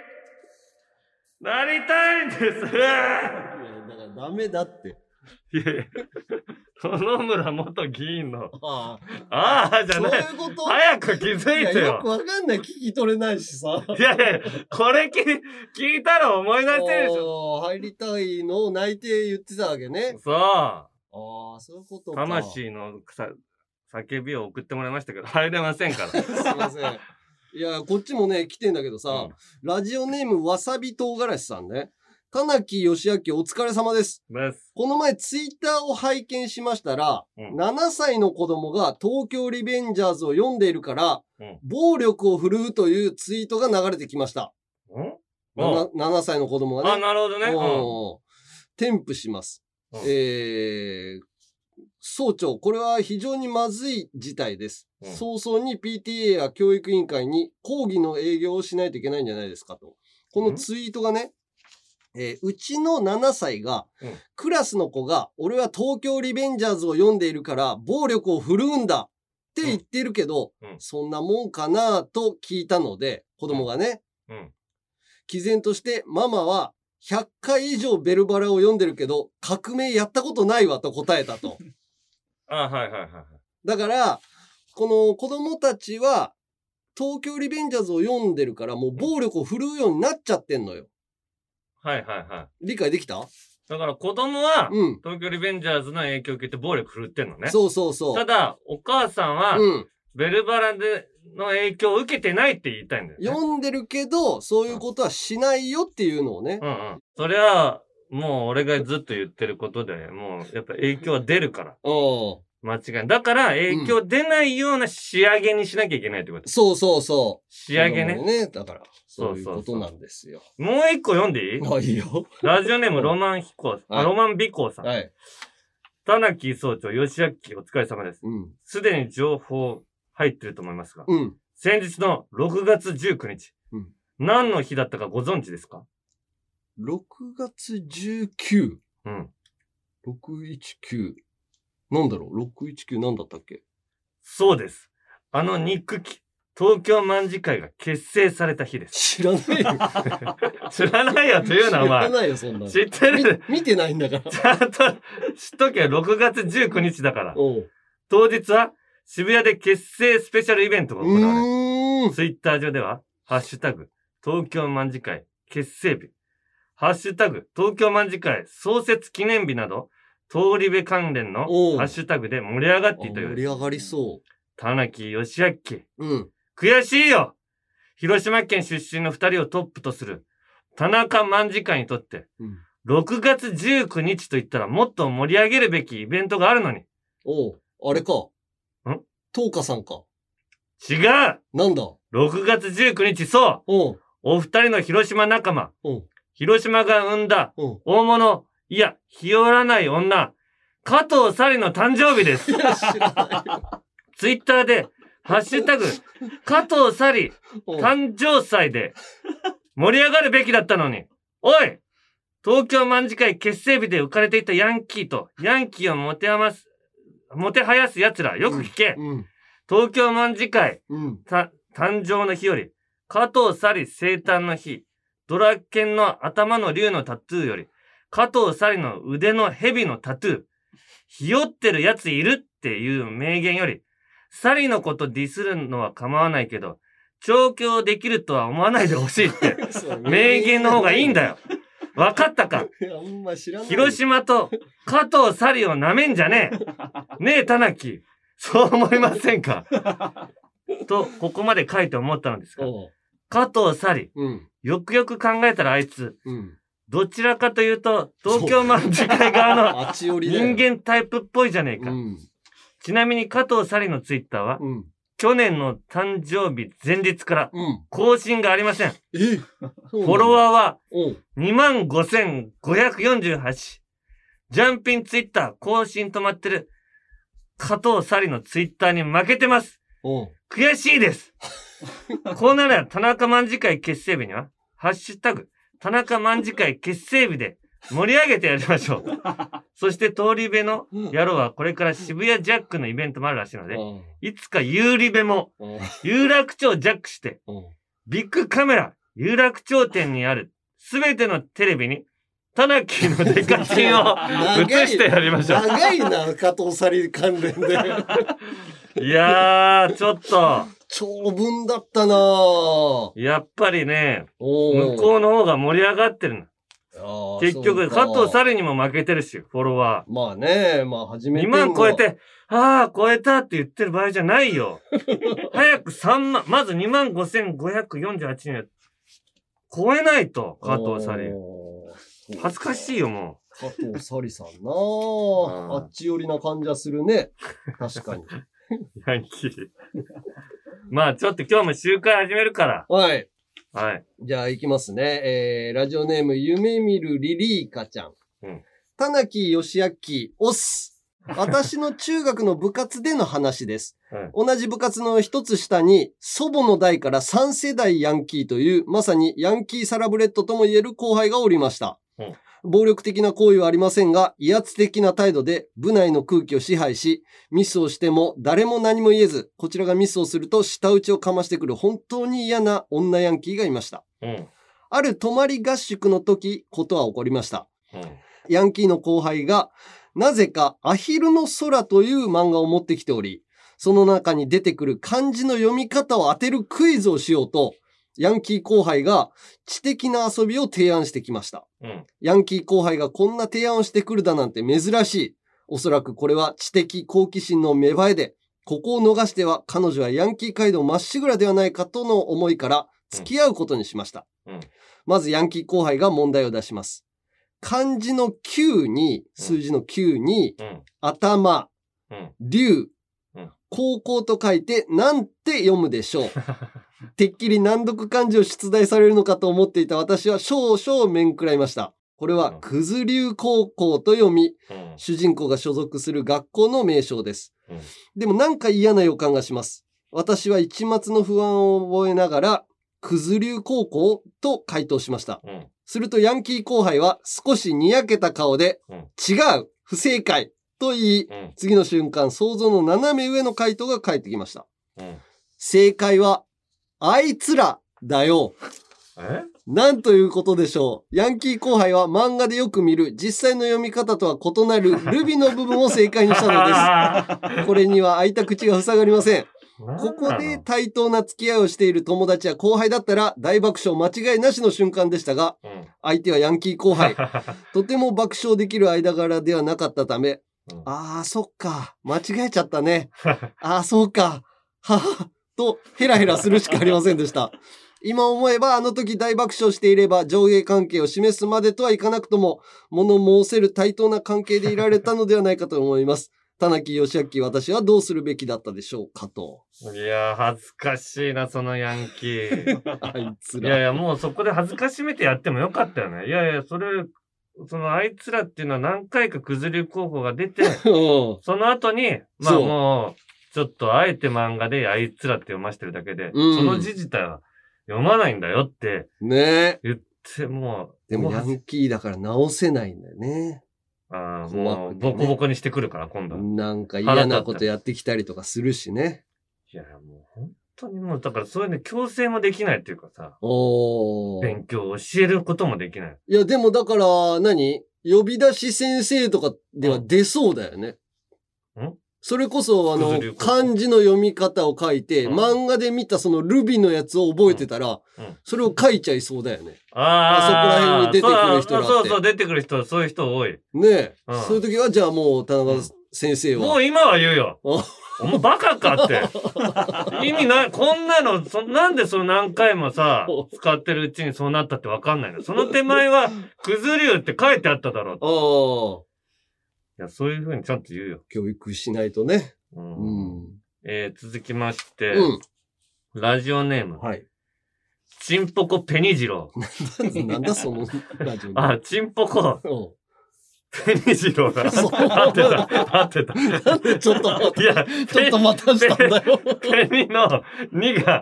なりたいんです。いや、だからダメだって。 いやいや、野々村元議員の。ああ、じゃない。 そういうこと？ 早く気づいてよ。 よくわかんない。聞き取れないしさ。 いやいや、これ聞いたら思い出してるでしょ。 入りたいのを内定言ってたわけね。 そう。 そういうことか。 魂の叫びを送ってもらいましたけど、入れませんから。 すいません。いや、こっちもね、来てんだけどさ、ラジオネームわさび唐辛子さんね。田中義明お疲れ様です。この前ツイッターを拝見しましたら、7歳の子供が東京リベンジャーズを読んでいるから、暴力を振るうというツイートが流れてきました。7歳の子供がね。 あ、なるほどね。 添付します。総長、これは非常にまずい事態です。早々に PTA や教育委員会に抗議の営業をしないといけないんじゃないですかと。このツイートがね、うちの7歳が、クラスの子が、俺は東京リベンジャーズを読んでいるから暴力を振るうんだって言ってるけど、そんなもんかなと聞いたので、子供がね、毅然としてママは100回以上ベルバラを読んでるけど、革命やったことないわと答えたと。 はいはいはい。 だから、この子供たちは、東京リベンジャーズを読んでるから、もう暴力を振るうようになっちゃってんのよ。 はいはいはい。 理解できた？ だから子供は、東京リベンジャーズの影響を受けて暴力振るってんのね。 そうそうそう。 ただ、お母さんは、ベルバラの影響を受けてないって言いたいんだよね。 読んでるけど、そういうことはしないよっていうのをね。 それは、もう俺がずっと言ってることで、もうやっぱ影響は出るから。間違いない。だから影響出ないような仕上げにしなきゃいけないってこと。 そうそうそう。 仕上げね。 だから、そういうことなんですよ。 もう一個読んでいい？ いいよ。 ラジオネームロマン美光さん。田中総長、吉明お疲れ様です。すでに情報入ってると思いますが、先日の6月19日、何の日だったかご存知ですか？ 6 月19。619。なんだろう ?619 なんだったっけ？ そうです。憎き東京卍会が結成された日です。 知らないよ。 知らないよというのは、まあ。 知らないよ、そんな。 知ってる。 見てないんだから。 ちゃんと知っとけ、6月19日だから。当日は渋谷で結成スペシャルイベントが行われ、ツイッター上では、ハッシュタグ、東京卍会結成日、ハッシュタグ、東京卍会創設記念日など、通り部関連のハッシュタグで盛り上がっていたようです。 盛り上がりそう。 田中義明。悔しいよ！広島県出身の2人をトップとする田中卍会にとって、6月19日と言ったらもっと盛り上げるべきイベントがあるのに。 あれか。東花さんか。 違う！ なんだ ?6 月19日、そう！お二人の広島仲間。広島が生んだ大物。いや、日和らない女、加藤紗里の誕生日です。ツイッターで、ハッシュタグ、加藤紗里、誕生祭で、盛り上がるべきだったのに。おい！東京卍会結成日で浮かれていたヤンキーと、ヤンキーをもてはやす奴ら、よく聞け。東京卍会、誕生の日より、加藤紗里生誕の日、ドラケンの頭の竜のタトゥーより、加藤紗里の腕の蛇のタトゥー。ひよってるやついるっていう名言より、紗里のことディスるのは構わないけど、調教できるとは思わないでほしいって、名言の方がいいんだよ。わかったか？広島と加藤紗里を舐めんじゃねえ。ねえ、田中。そう思いませんか？と、ここまで書いて思ったのですが、加藤紗里、よくよく考えたらあいつ、どちらかというと、東京卍会側の人間タイプっぽいじゃねえか。ちなみに加藤紗里のツイッターは、去年の誕生日前日から更新がありません。フォロワーは 25,548。ジャンピンツイッター更新止まってる加藤紗里のツイッターに負けてます。悔しいです。こうなら田中卍会結成日には、ハッシュタグ、田中卍会結成日で盛り上げてやりましょう。そして通り部の野郎はこれから渋谷ジャックのイベントもあるらしいので、いつか有利部も有楽町ジャックして、ビッグカメラ有楽町店にあるすべてのテレビに田中のデカチンを映してやりましょう。 長いな、加藤紗里関連で。 いやー、ちょっと。 長文だったなぁ。 やっぱりね、向こうの方が盛り上がってるの。 結局、加藤サリにも負けてるし、フォロワー。まあね、まあ初めて。 2万超えて、超えたって言ってる場合じゃないよ。早く3万、まず25,548人超えないと、加藤サリ。恥ずかしいよ、もう。加藤サリさんなあっち寄りな感じはするね。確かに。 ヤンキー。まあ、ちょっと今日も集会始めるから。 はい。 はい。 じゃあ行きますね。ラジオネーム、夢見るリリーカちゃん。田中義明、おっす。私の中学の部活での話です。同じ部活の一つ下に、祖母の代から3世代ヤンキーという、まさにヤンキーサラブレッドとも言える後輩がおりました。暴力的な行為はありませんが、威圧的な態度で部内の空気を支配し、ミスをしても誰も何も言えず、こちらがミスをすると舌打ちをかましてくる本当に嫌な女ヤンキーがいました。ある泊まり合宿の時、ことは起こりました。ヤンキーの後輩が、なぜかアヒルの空という漫画を持ってきており、その中に出てくる漢字の読み方を当てるクイズをしようと、ヤンキー後輩が知的な遊びを提案してきました。ヤンキー後輩がこんな提案をしてくるだなんて珍しい。おそらくこれは知的好奇心の芽生えで、ここを逃しては彼女はヤンキー街道まっしぐらではないかとの思いから付き合うことにしました。まずヤンキー後輩が問題を出します。漢字の9に、数字の9に、頭、竜、高校と書いてなんて読むでしょう。てっきり難読漢字を出題されるのかと思っていた私は少々面食らいました。これはくず流高校と読み、主人公が所属する学校の名称です。でもなんか嫌な予感がします。私は一末の不安を覚えながら、くず流高校と回答しました。するとヤンキー後輩は少しにやけた顔で、違う、不正解と言い、次の瞬間想像の斜め上の回答が返ってきました。正解は、あいつらだよ。なんということでしょう。ヤンキー後輩は漫画でよく見る実際の読み方とは異なるルビの部分を正解にしたのです。これには開いた口が塞がりません。ここで対等な付き合いをしている友達や後輩だったら大爆笑間違いなしの瞬間でしたが、相手はヤンキー後輩。とても爆笑できる間柄ではなかったため、そっか、間違えちゃったね。そうか、はは、とヘラヘラするしかありませんでした。今思えばあの時大爆笑していれば上下関係を示すまでとはいかなくとも物申せる対等な関係でいられたのではないかと思います。田中義明、私はどうするべきだったでしょうかと。 いやー、恥ずかしいな、そのヤンキー。 あいつら。 いやいや、もうそこで恥ずかしめてやってもよかったよね。いやいや、そのあいつらっていうのは何回かくず流候補が出て、その後に、まあもう、ちょっとあえて漫画であいつらって読ませてるだけで、その字自体は読まないんだよって。 ね言ってもでもヤンキーだから直せないんだよね。 もう、ボコボコにしてくるから、今度は。 なんか嫌なことやってきたりとかするしね。 いや、もう本当にもう、だからそういうね、強制もできないっていうかさ。勉強を教えることもできない。 いや、でもだから、呼び出し先生とかでは出そうだよね。それこそ、漢字の読み方を書いて、漫画で見たそのルビのやつを覚えてたら、それを書いちゃいそうだよね。そこら辺に出てくる人だって。 そう、出てくる人、そういう人多い。 ねえ。そういう時は、じゃあもう、田中先生は。 もう今は言うよ。お前バカかって。意味ない。こんなの、なんでその何回もさ、使ってるうちにそうなったってわかんないの。その手前は、くず流って書いてあっただろう。いや、そういう風にちゃんと言うよ。 教育しないとね。 続きまして、ラジオネーム。チンポコペニジロー。なんだそのラジオネーム。 チンポコ。ペニジローだ。合ってた。 なんでちょっと待たしたんだよ。 ペニの2が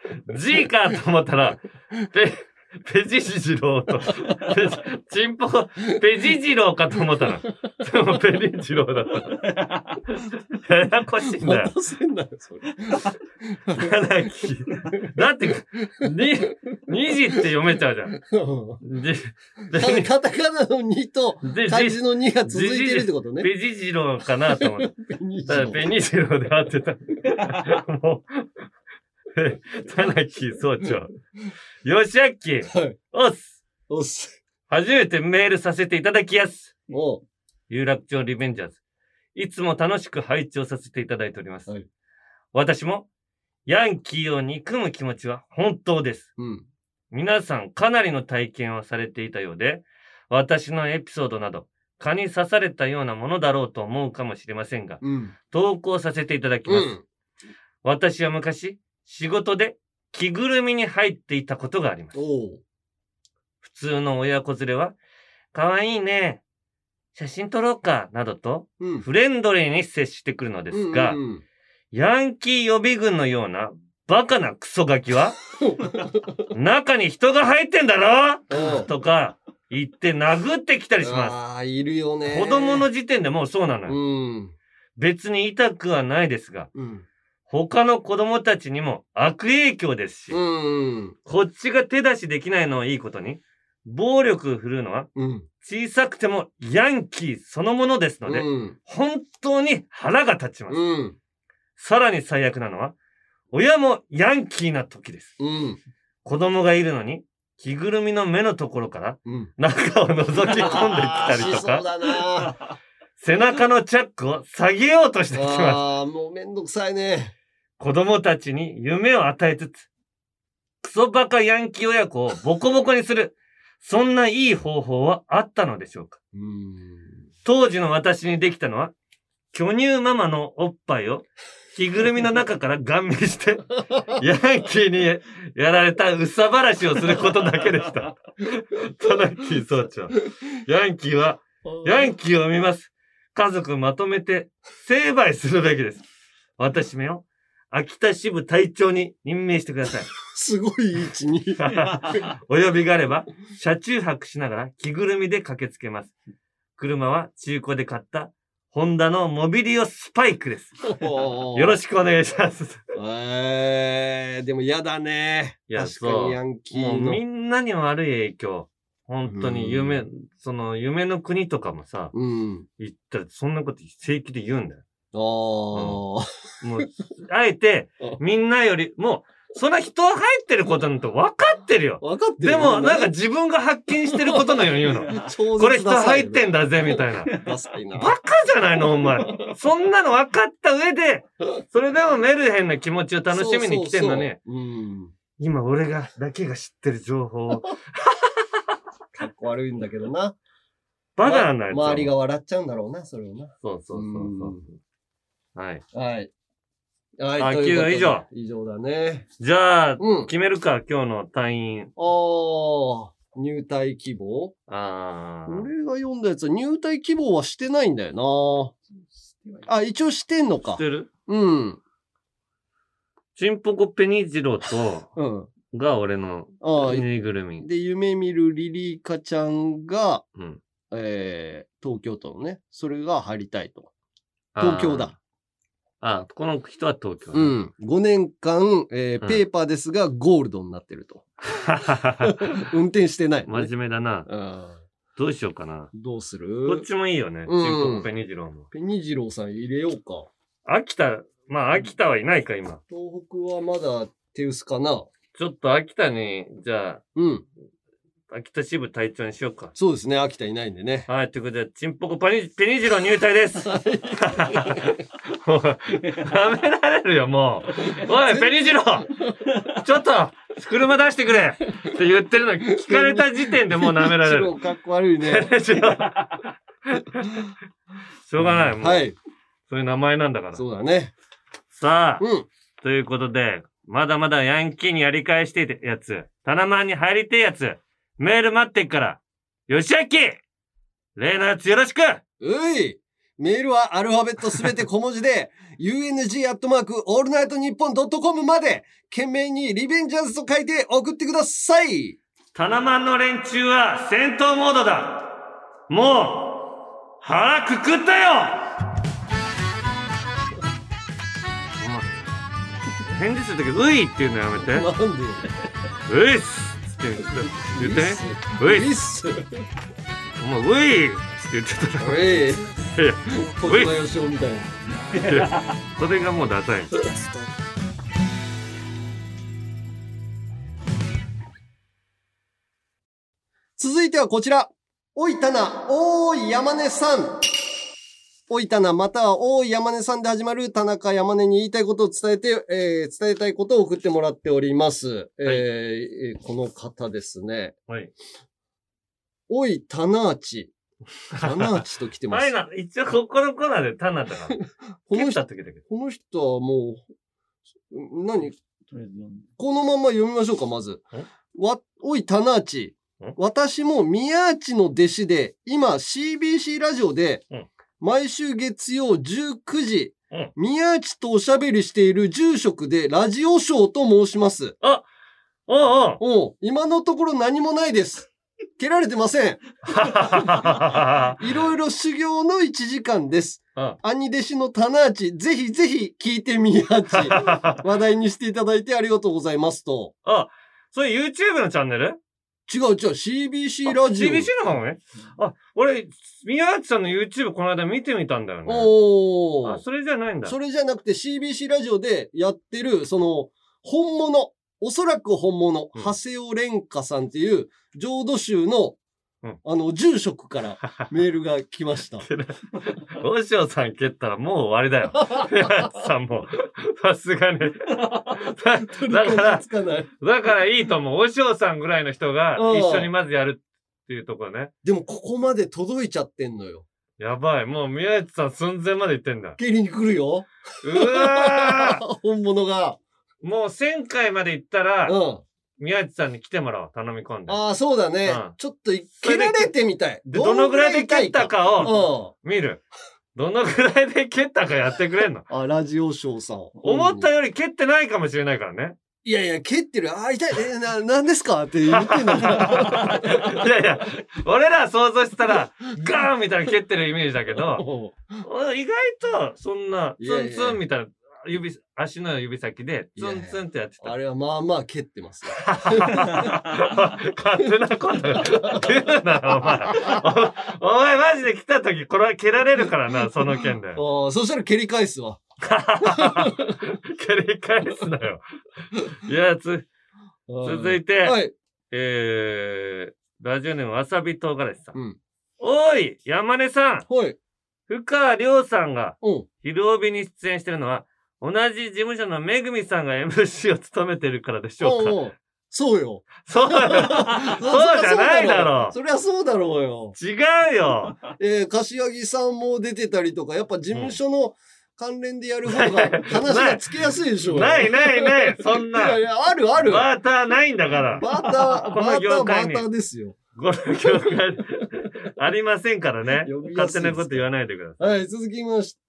G かと思ったら、ペジジローと、チンポコ、ペジジローかと思ったの。でもペリジローだった。ややこしいんだよ。 待たせんなよ、それ。 だって、2字って読めちゃうじゃん。 カタカナの2と漢字の2が続いてるってことね。 ペジジローかなと思って。ペニジローで合ってた。もう。田中総長。よしあっき。 はい。 おっす。 おっす。 初めてメールさせていただきやす。有楽町リベンジャーズ。いつも楽しく拝聴させていただいております。はい、私も、ヤンキーを憎む気持ちは本当です。皆さんかなりの体験をされていたようで、私のエピソードなど、蚊に刺されたようなものだろうと思うかもしれませんが、投稿させていただきます。私は昔、仕事で着ぐるみに入っていたことがあります。普通の親子連れは、かわいいね、写真撮ろうか、などと、フレンドリーに接してくるのですが、ヤンキー予備軍のようなバカなクソガキは、中に人が入ってんだろとか言って殴ってきたりします。 いるよね。 子供の時点でもうそうなのよ。別に痛くはないですが、他の子供たちにも悪影響ですし、こっちが手出しできないのはいいことに、暴力を振るうのは、小さくてもヤンキーそのものですので、本当に腹が立ちます。さらに最悪なのは、親もヤンキーな時です。子供がいるのに、着ぐるみの目のところから、中を覗き込んできたりとか、背中のチャックを下げようとしてきます。 もうめんどくさいね。 子供たちに夢を与えつつ、クソバカヤンキー親子をボコボコにする、そんないい方法はあったのでしょうか。当時の私にできたのは、巨乳ママのおっぱいを着ぐるみの中からガン見して、ヤンキーにやられたうさばらしをすることだけでした。トナッキー総長。ヤンキーを見ます。家族まとめて成敗するべきです。私めを秋田支部隊長に任命してください。 すごい位置に。 お呼びがあれば、車中泊しながら着ぐるみで駆けつけます。車は中古で買ったホンダのモビリオスパイクです。よろしくお願いします。 でも嫌だね。確かにヤンキーの。 もうみんなに悪い影響。本当に夢の国とかもさ、言ったらそんなこと正規で言うんだよ。もう、あえて、みんなより、もう、そんな人入ってることなんて分かってるよ。 分かってる。 でも、なんか自分が発見してることのように言うの。これ人入ってんだぜ、みたいな。バカじゃないの、お前。そんなの分かった上で、それでもメルヘンな気持ちを楽しみに来てんのに、今俺だけが知ってる情報を。 かっこ悪いんだけどな。 バカなんだよ。 周りが笑っちゃうんだろうな、それをな。 そう。はい。 はい。 9以上。 以上だね。 じゃあ、決めるか、今日の隊員。 入隊希望？俺が読んだやつは入隊希望はしてないんだよな。一応してんのか。 してる？ チンポコペニジロと、が俺のぬいぐるみ。 で、夢見るリリーカちゃんが、東京都のね、それが入りたいと。東京だ。 この人は東京。 5年間、ペーパーですが、ゴールドになってると。運転してない、 真面目だな。どうしようかな。 どうする？ どっちもいいよね。チンポコペニジローも。 ペニジローさん入れようか。 秋田はいないか、今。 東北はまだ手薄かな。 ちょっと秋田に、じゃあ、秋田支部隊長にしようか。 そうですね、秋田いないんでね。 はい、ということで、チンポコペニジロー入隊です。もう、舐められるよ、もう。おい、ペニジローちょっと、車出してくれって言ってるの聞かれた時点でもう舐められる。 ペニジローかっこ悪いね。 しょうがない、もう。はい。そういう名前なんだから。 そうだね。 さあ、ということで、まだまだヤンキーにやり返していたやつ、タナマンに入りてえやつ、メール待ってっから、よしあき例のやつよろしくメールはアルファベットすべて小文字で、UNG@allnightnippon.com まで、懸命にリベンジャーズと書いて送ってください。 タナマンの連中は戦闘モードだ。もう、腹くくったよ返事するとき、ういって言うのやめて。 なんでういっすって言って。ういっす。お前、ういって言ってたら。 うい。小島よしおみたいな。 それがもうダサい。 続いてはこちら。おいたな、おーい山根さん。おいたな、またはおーい山根さんで始まる田中山根に言いたいことを伝えたいことを送ってもらっております。この方ですね。 はい。 おい、タナーチ。タナーチと来てます。 一応ここのコーナーでタナだから。この人はもう、このまま読みましょうか、まず。おい、タナーチ。私も宮内の弟子で、今 CBC ラジオで、毎週月曜19時、宮内とおしゃべりしている住職でラジオショーと申します。今のところ何もないです。蹴られてません。いろいろ修行の1時間です。兄弟子のタナーチ、ぜひぜひ聞いて宮内。話題にしていただいてありがとうございますと。 それ YouTube のチャンネル？ 違う、CBC ラジオ。 CBC の方ね。俺、宮内さんの YouTube この間見てみたんだよね。それじゃないんだ。 それじゃなくて CBC ラジオでやってる、本物、おそらく本物、長谷尾蓮華さんっていう浄土宗の、住職からメールが来ました。 おしおさん蹴ったらもう終わりだよ。宮内さんも。さすがに。だからいいと思う。おしおさんぐらいの人が一緒にまずやるっていうところね。 でもここまで届いちゃってんのよ。 やばい。もう宮内さん寸前まで行ってんだ。 蹴りに来るよ。 うわー本物が。 もう1000回まで行ったら、宮内さんに来てもらおう。頼み込んで。 そうだね。ちょっと蹴られてみたい。 どのぐらいで蹴ったかを見る。どのぐらいで蹴ったかやってくれんの？ ラジオショーさん。 思ったより蹴ってないかもしれないからね。 いやいや、蹴ってる。痛い。何ですかって言ってんの。 いや、俺ら想像したら、ガーンみたいな蹴ってるイメージだけど、意外と、そんな、ツンツンみたいな。足の指先でツンツンってやってた。 あれはまあまあ蹴ってますよ。 勝手なこと言うな、お前マジで来た時これは蹴られるからな、その件で。 そしたら蹴り返すわ。 蹴り返すなよ。いや、続いて、ラジオネームわさび唐辛子さん。おい、山根さん。深川亮さんが、昼帯に出演してるのは、同じ事務所のめぐみさんが MC を務めてるからでしょうか？ そうよ。 そうじゃないだろう。 そりゃそうだろうよ。 違うよ。 柏木さんも出てたりとか、やっぱ事務所の関連でやる方が話がつけやすいでしょうよ。 ない。そんな。 いや、ある。 バーターないんだから。 バーターですよ。 この業界ありませんからね。勝手なこと言わないでください。 はい、続きまして、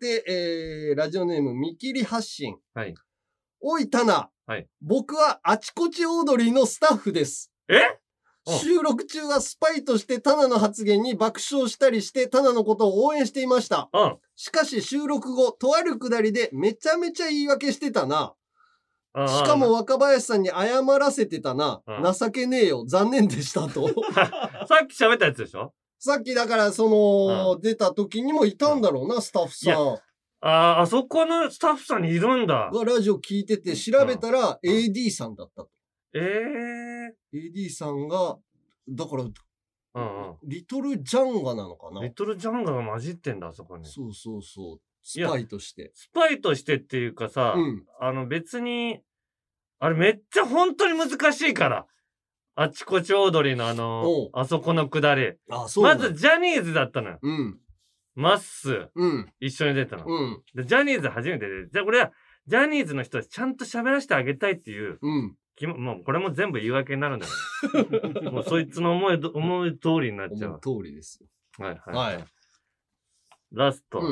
ラジオネーム、見切り発信。 はい。 おい、タナ。はい。僕はあちこちオードリーのスタッフです。収録中はスパイとしてタナの発言に爆笑したりしてタナのことを応援していました。しかし収録後、とあるくだりでめちゃめちゃ言い訳してたな。しかも若林さんに謝らせてたな。情けねえよ。残念でしたと。 さっき喋ったやつでしょ？ さっきだから出た時にもいたんだろうな、スタッフさん。 あそこのスタッフさんにいるんだ。 がラジオ聞いてて調べたら AD さんだったと。AD さんが、だから、リトルジャンガなのかな？ リトルジャンガが混じってんだ、あそこに。 そう。スパイとして。 スパイとしてっていうかさ、別に、あれめっちゃ本当に難しいから。あちこちオードリーのあそこのくだり。まずジャニーズだったのよ。マッスー。一緒に出たの。でジャニーズ初めてで、じゃあ俺はジャニーズの人はちゃんと喋らせてあげたいっていう、もうこれも全部言い訳になるんだよ。もうそいつの思い通りになっちゃう。 思う通りですよ。 はい。ラスト。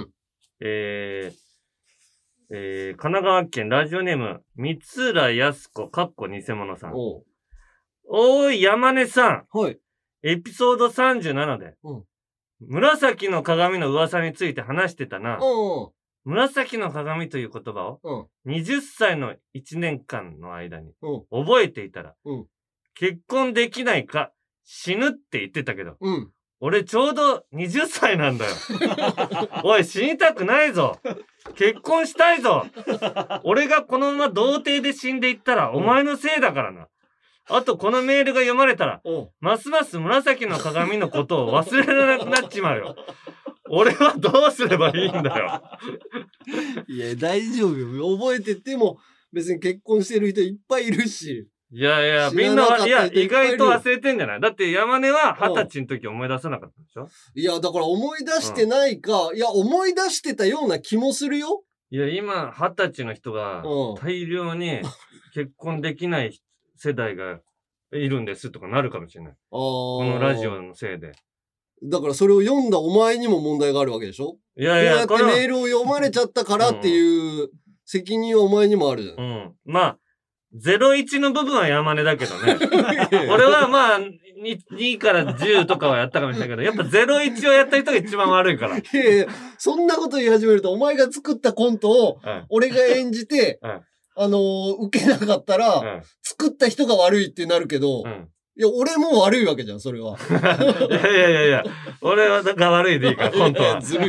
神奈川県ラジオネーム、三浦靖子、偽物さん。おーい、山根さん。エピソード37で、紫の鏡の噂について話してたな。紫の鏡という言葉を、20歳の1年間の間に覚えていたら、結婚できないか死ぬって言ってたけど、俺ちょうど20歳なんだよ。おい、死にたくないぞ。結婚したいぞ。俺がこのまま童貞で死んでいったらお前のせいだからな。 あとこのメールが読まれたら、ますます紫の鏡のことを忘れられなくなっちまうよ。俺はどうすればいいんだよ。 いや、大丈夫よ。覚えてても、別に結婚してる人いっぱいいるし。 いやいや、みんなは、いや、意外と忘れてんじゃない？だって山根は20歳の時思い出さなかったでしょ？ いや、だから思い出してないか、いや、思い出してたような気もするよ。 いや、今、20歳の人が大量に結婚できない世代がいるんですとかなるかもしれない。このラジオのせいで。 だからそれを読んだお前にも問題があるわけでしょ？ いやいや、 こうやってメールを読まれちゃったからっていう責任はお前にもあるじゃん。 うん。まあ、01の部分は山根だけどね。俺はまあ、2から10とかはやったかもしれないけど、やっぱ01をやった人が一番悪いから。 いやいや、そんなこと言い始めると、お前が作ったコントを、俺が演じて、受けなかったら、作った人が悪いってなるけど、いや、俺も悪いわけじゃん、それは。 いや、俺はが悪いでいいから、コントは。 ずるい。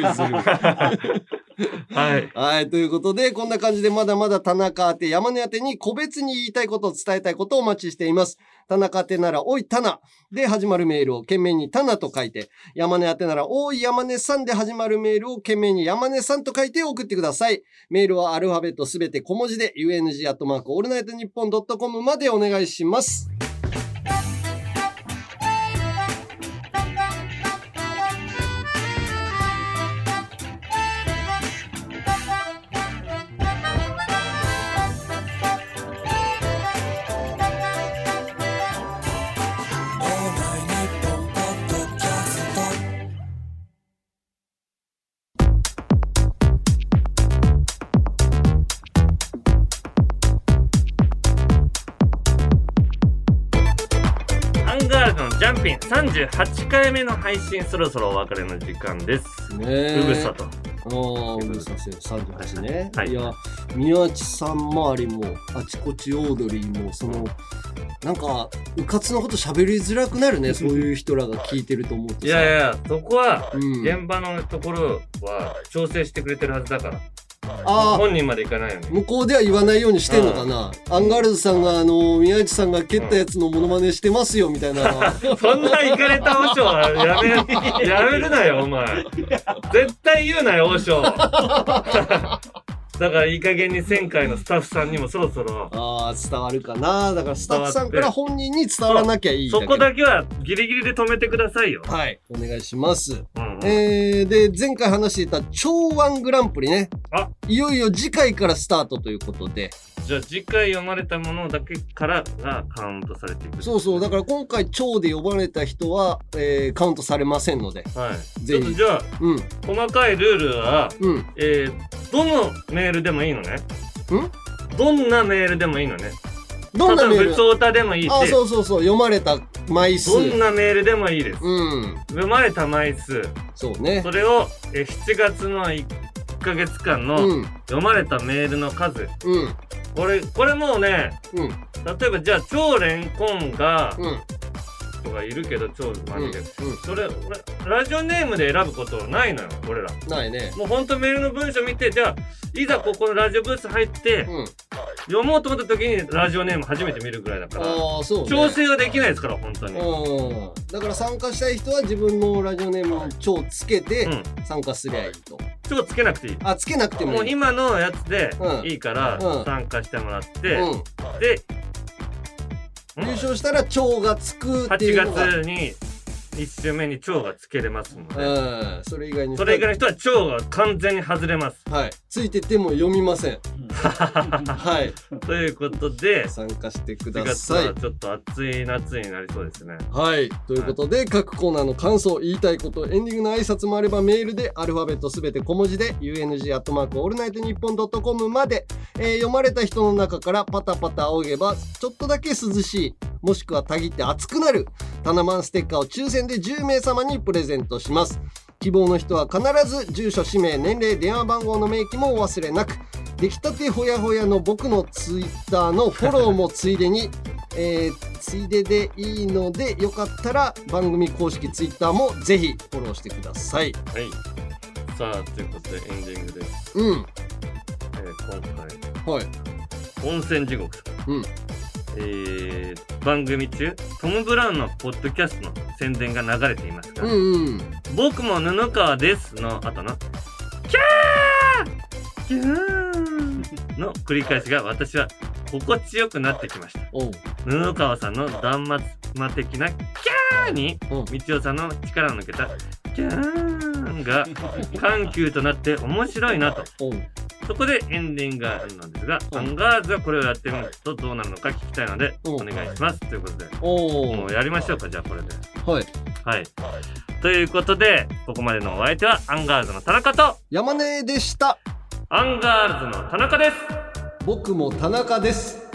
はい。 はい、ということで、こんな感じでまだまだ田中宛て、山根宛てに個別に言いたいことを伝えたいことをお待ちしています。田中宛てなら、おいタナで始まるメールを懸命にタナと書いて、山根宛てなら、おい山根さんで始まるメールを懸命に山根さんと書いて送ってください。メールはアルファベットすべて小文字で、UNG@allnightnippon.com までお願いします。 ジャンピン38回目の配信、そろそろお別れの時間です。うぐさと。 うぐさ先生38ね。 はい。 いや、宮地さん周りも、あちこちオードリーも、なんか、うかつのこと喋りづらくなるね、そういう人らが聞いてると思うとさ。 いや、そこは、現場のところは調整してくれてるはずだから。本人までいかないよね。 向こうでは言わないようにしてんのかな。アンガールズさんが宮内さんが蹴ったやつのモノマネしてますよみたいな。 そんなイカれた王将はやめるなよお前。絶対言うなよ王将。だからいい加減に1000回のスタッフさんにもそろそろ伝わるかな。だからスタッフさんから本人に伝わらなきゃいい。 そこだけはギリギリで止めてくださいよ。 はい、お願いします。で前回話していた超1グランプリね、いよいよ次回からスタートということで。 じゃあ次回読まれたものだけからがカウントされていく。 そうだから今回超で呼ばれた人は、カウントされませんので、 はい、ぜひじゃあ、細かいルールは、どのメールでもいいのね。どんなメールでもいいのね。 どんなメール、 普通歌でもいいし、 そう読まれた枚数、 どんなメールでもいいです。読まれた枚数、 そうね、 それを7月の1ヶ月間の読まれたメールの数、これもうね、例えばじゃあ超レンコンが、とかいるけど超マジで、それラジオネームで選ぶことないのよ俺ら。 ないね。 もうほんとメールの文章見て、じゃあいざここのラジオブース入って、読もうと思った時にラジオネーム初めて見るぐらいだから、調整はできないですから本当に。 だから参加したい人は自分のラジオネームを超つけて参加すりゃいいと。 超つけなくていい。 つけなくてもいい。 もう今のやつでいいから参加してもらって、で優勝したら超がつくっていうのが 8月に1週目に超がつけれますので、 それ以外の人は超が完全に外れます。 はい、ついてても読みません。はい、 ということで参加してください。 ちょっと暑い夏になりそうですね。 はい、ということで、各コーナーの感想、言いたいこと、エンディングの挨拶もあればメールでアルファベットすべて小文字で UNG@allnightnippon.com まで、読まれた人の中からパタパタ仰げばちょっとだけ涼しい、もしくはたぎって熱くなるタナマンステッカーを抽選で10名様にプレゼントします。希望の人は必ず住所、氏名、年齢、電話番号の明記もお忘れなく。出来たてほやほやの僕のツイッターのフォローもついでに、ついででいいのでよかったら番組公式ツイッターもぜひフォローしてください。 はい。さあということでエンディングです。今回、温泉地獄さん、 番組中トム・ブラウンのポッドキャストの宣伝が流れていますが、僕も布川ですの後のキャーキャーの繰り返しが私は心地よくなってきました。布川さんの断末魔的なキャーに道夫さんの力を抜けたキャーが緩急となって面白いなと。そこでエンディングがあるのですが、アンガールズがこれをやってみるとどうなるのか聞きたいのでお願いしますということで、もうやりましょうか。じゃあこれではいということで、ここまでのお相手はアンガールズの田中と山根でした。 アンガールズの田中です。 僕も田中です。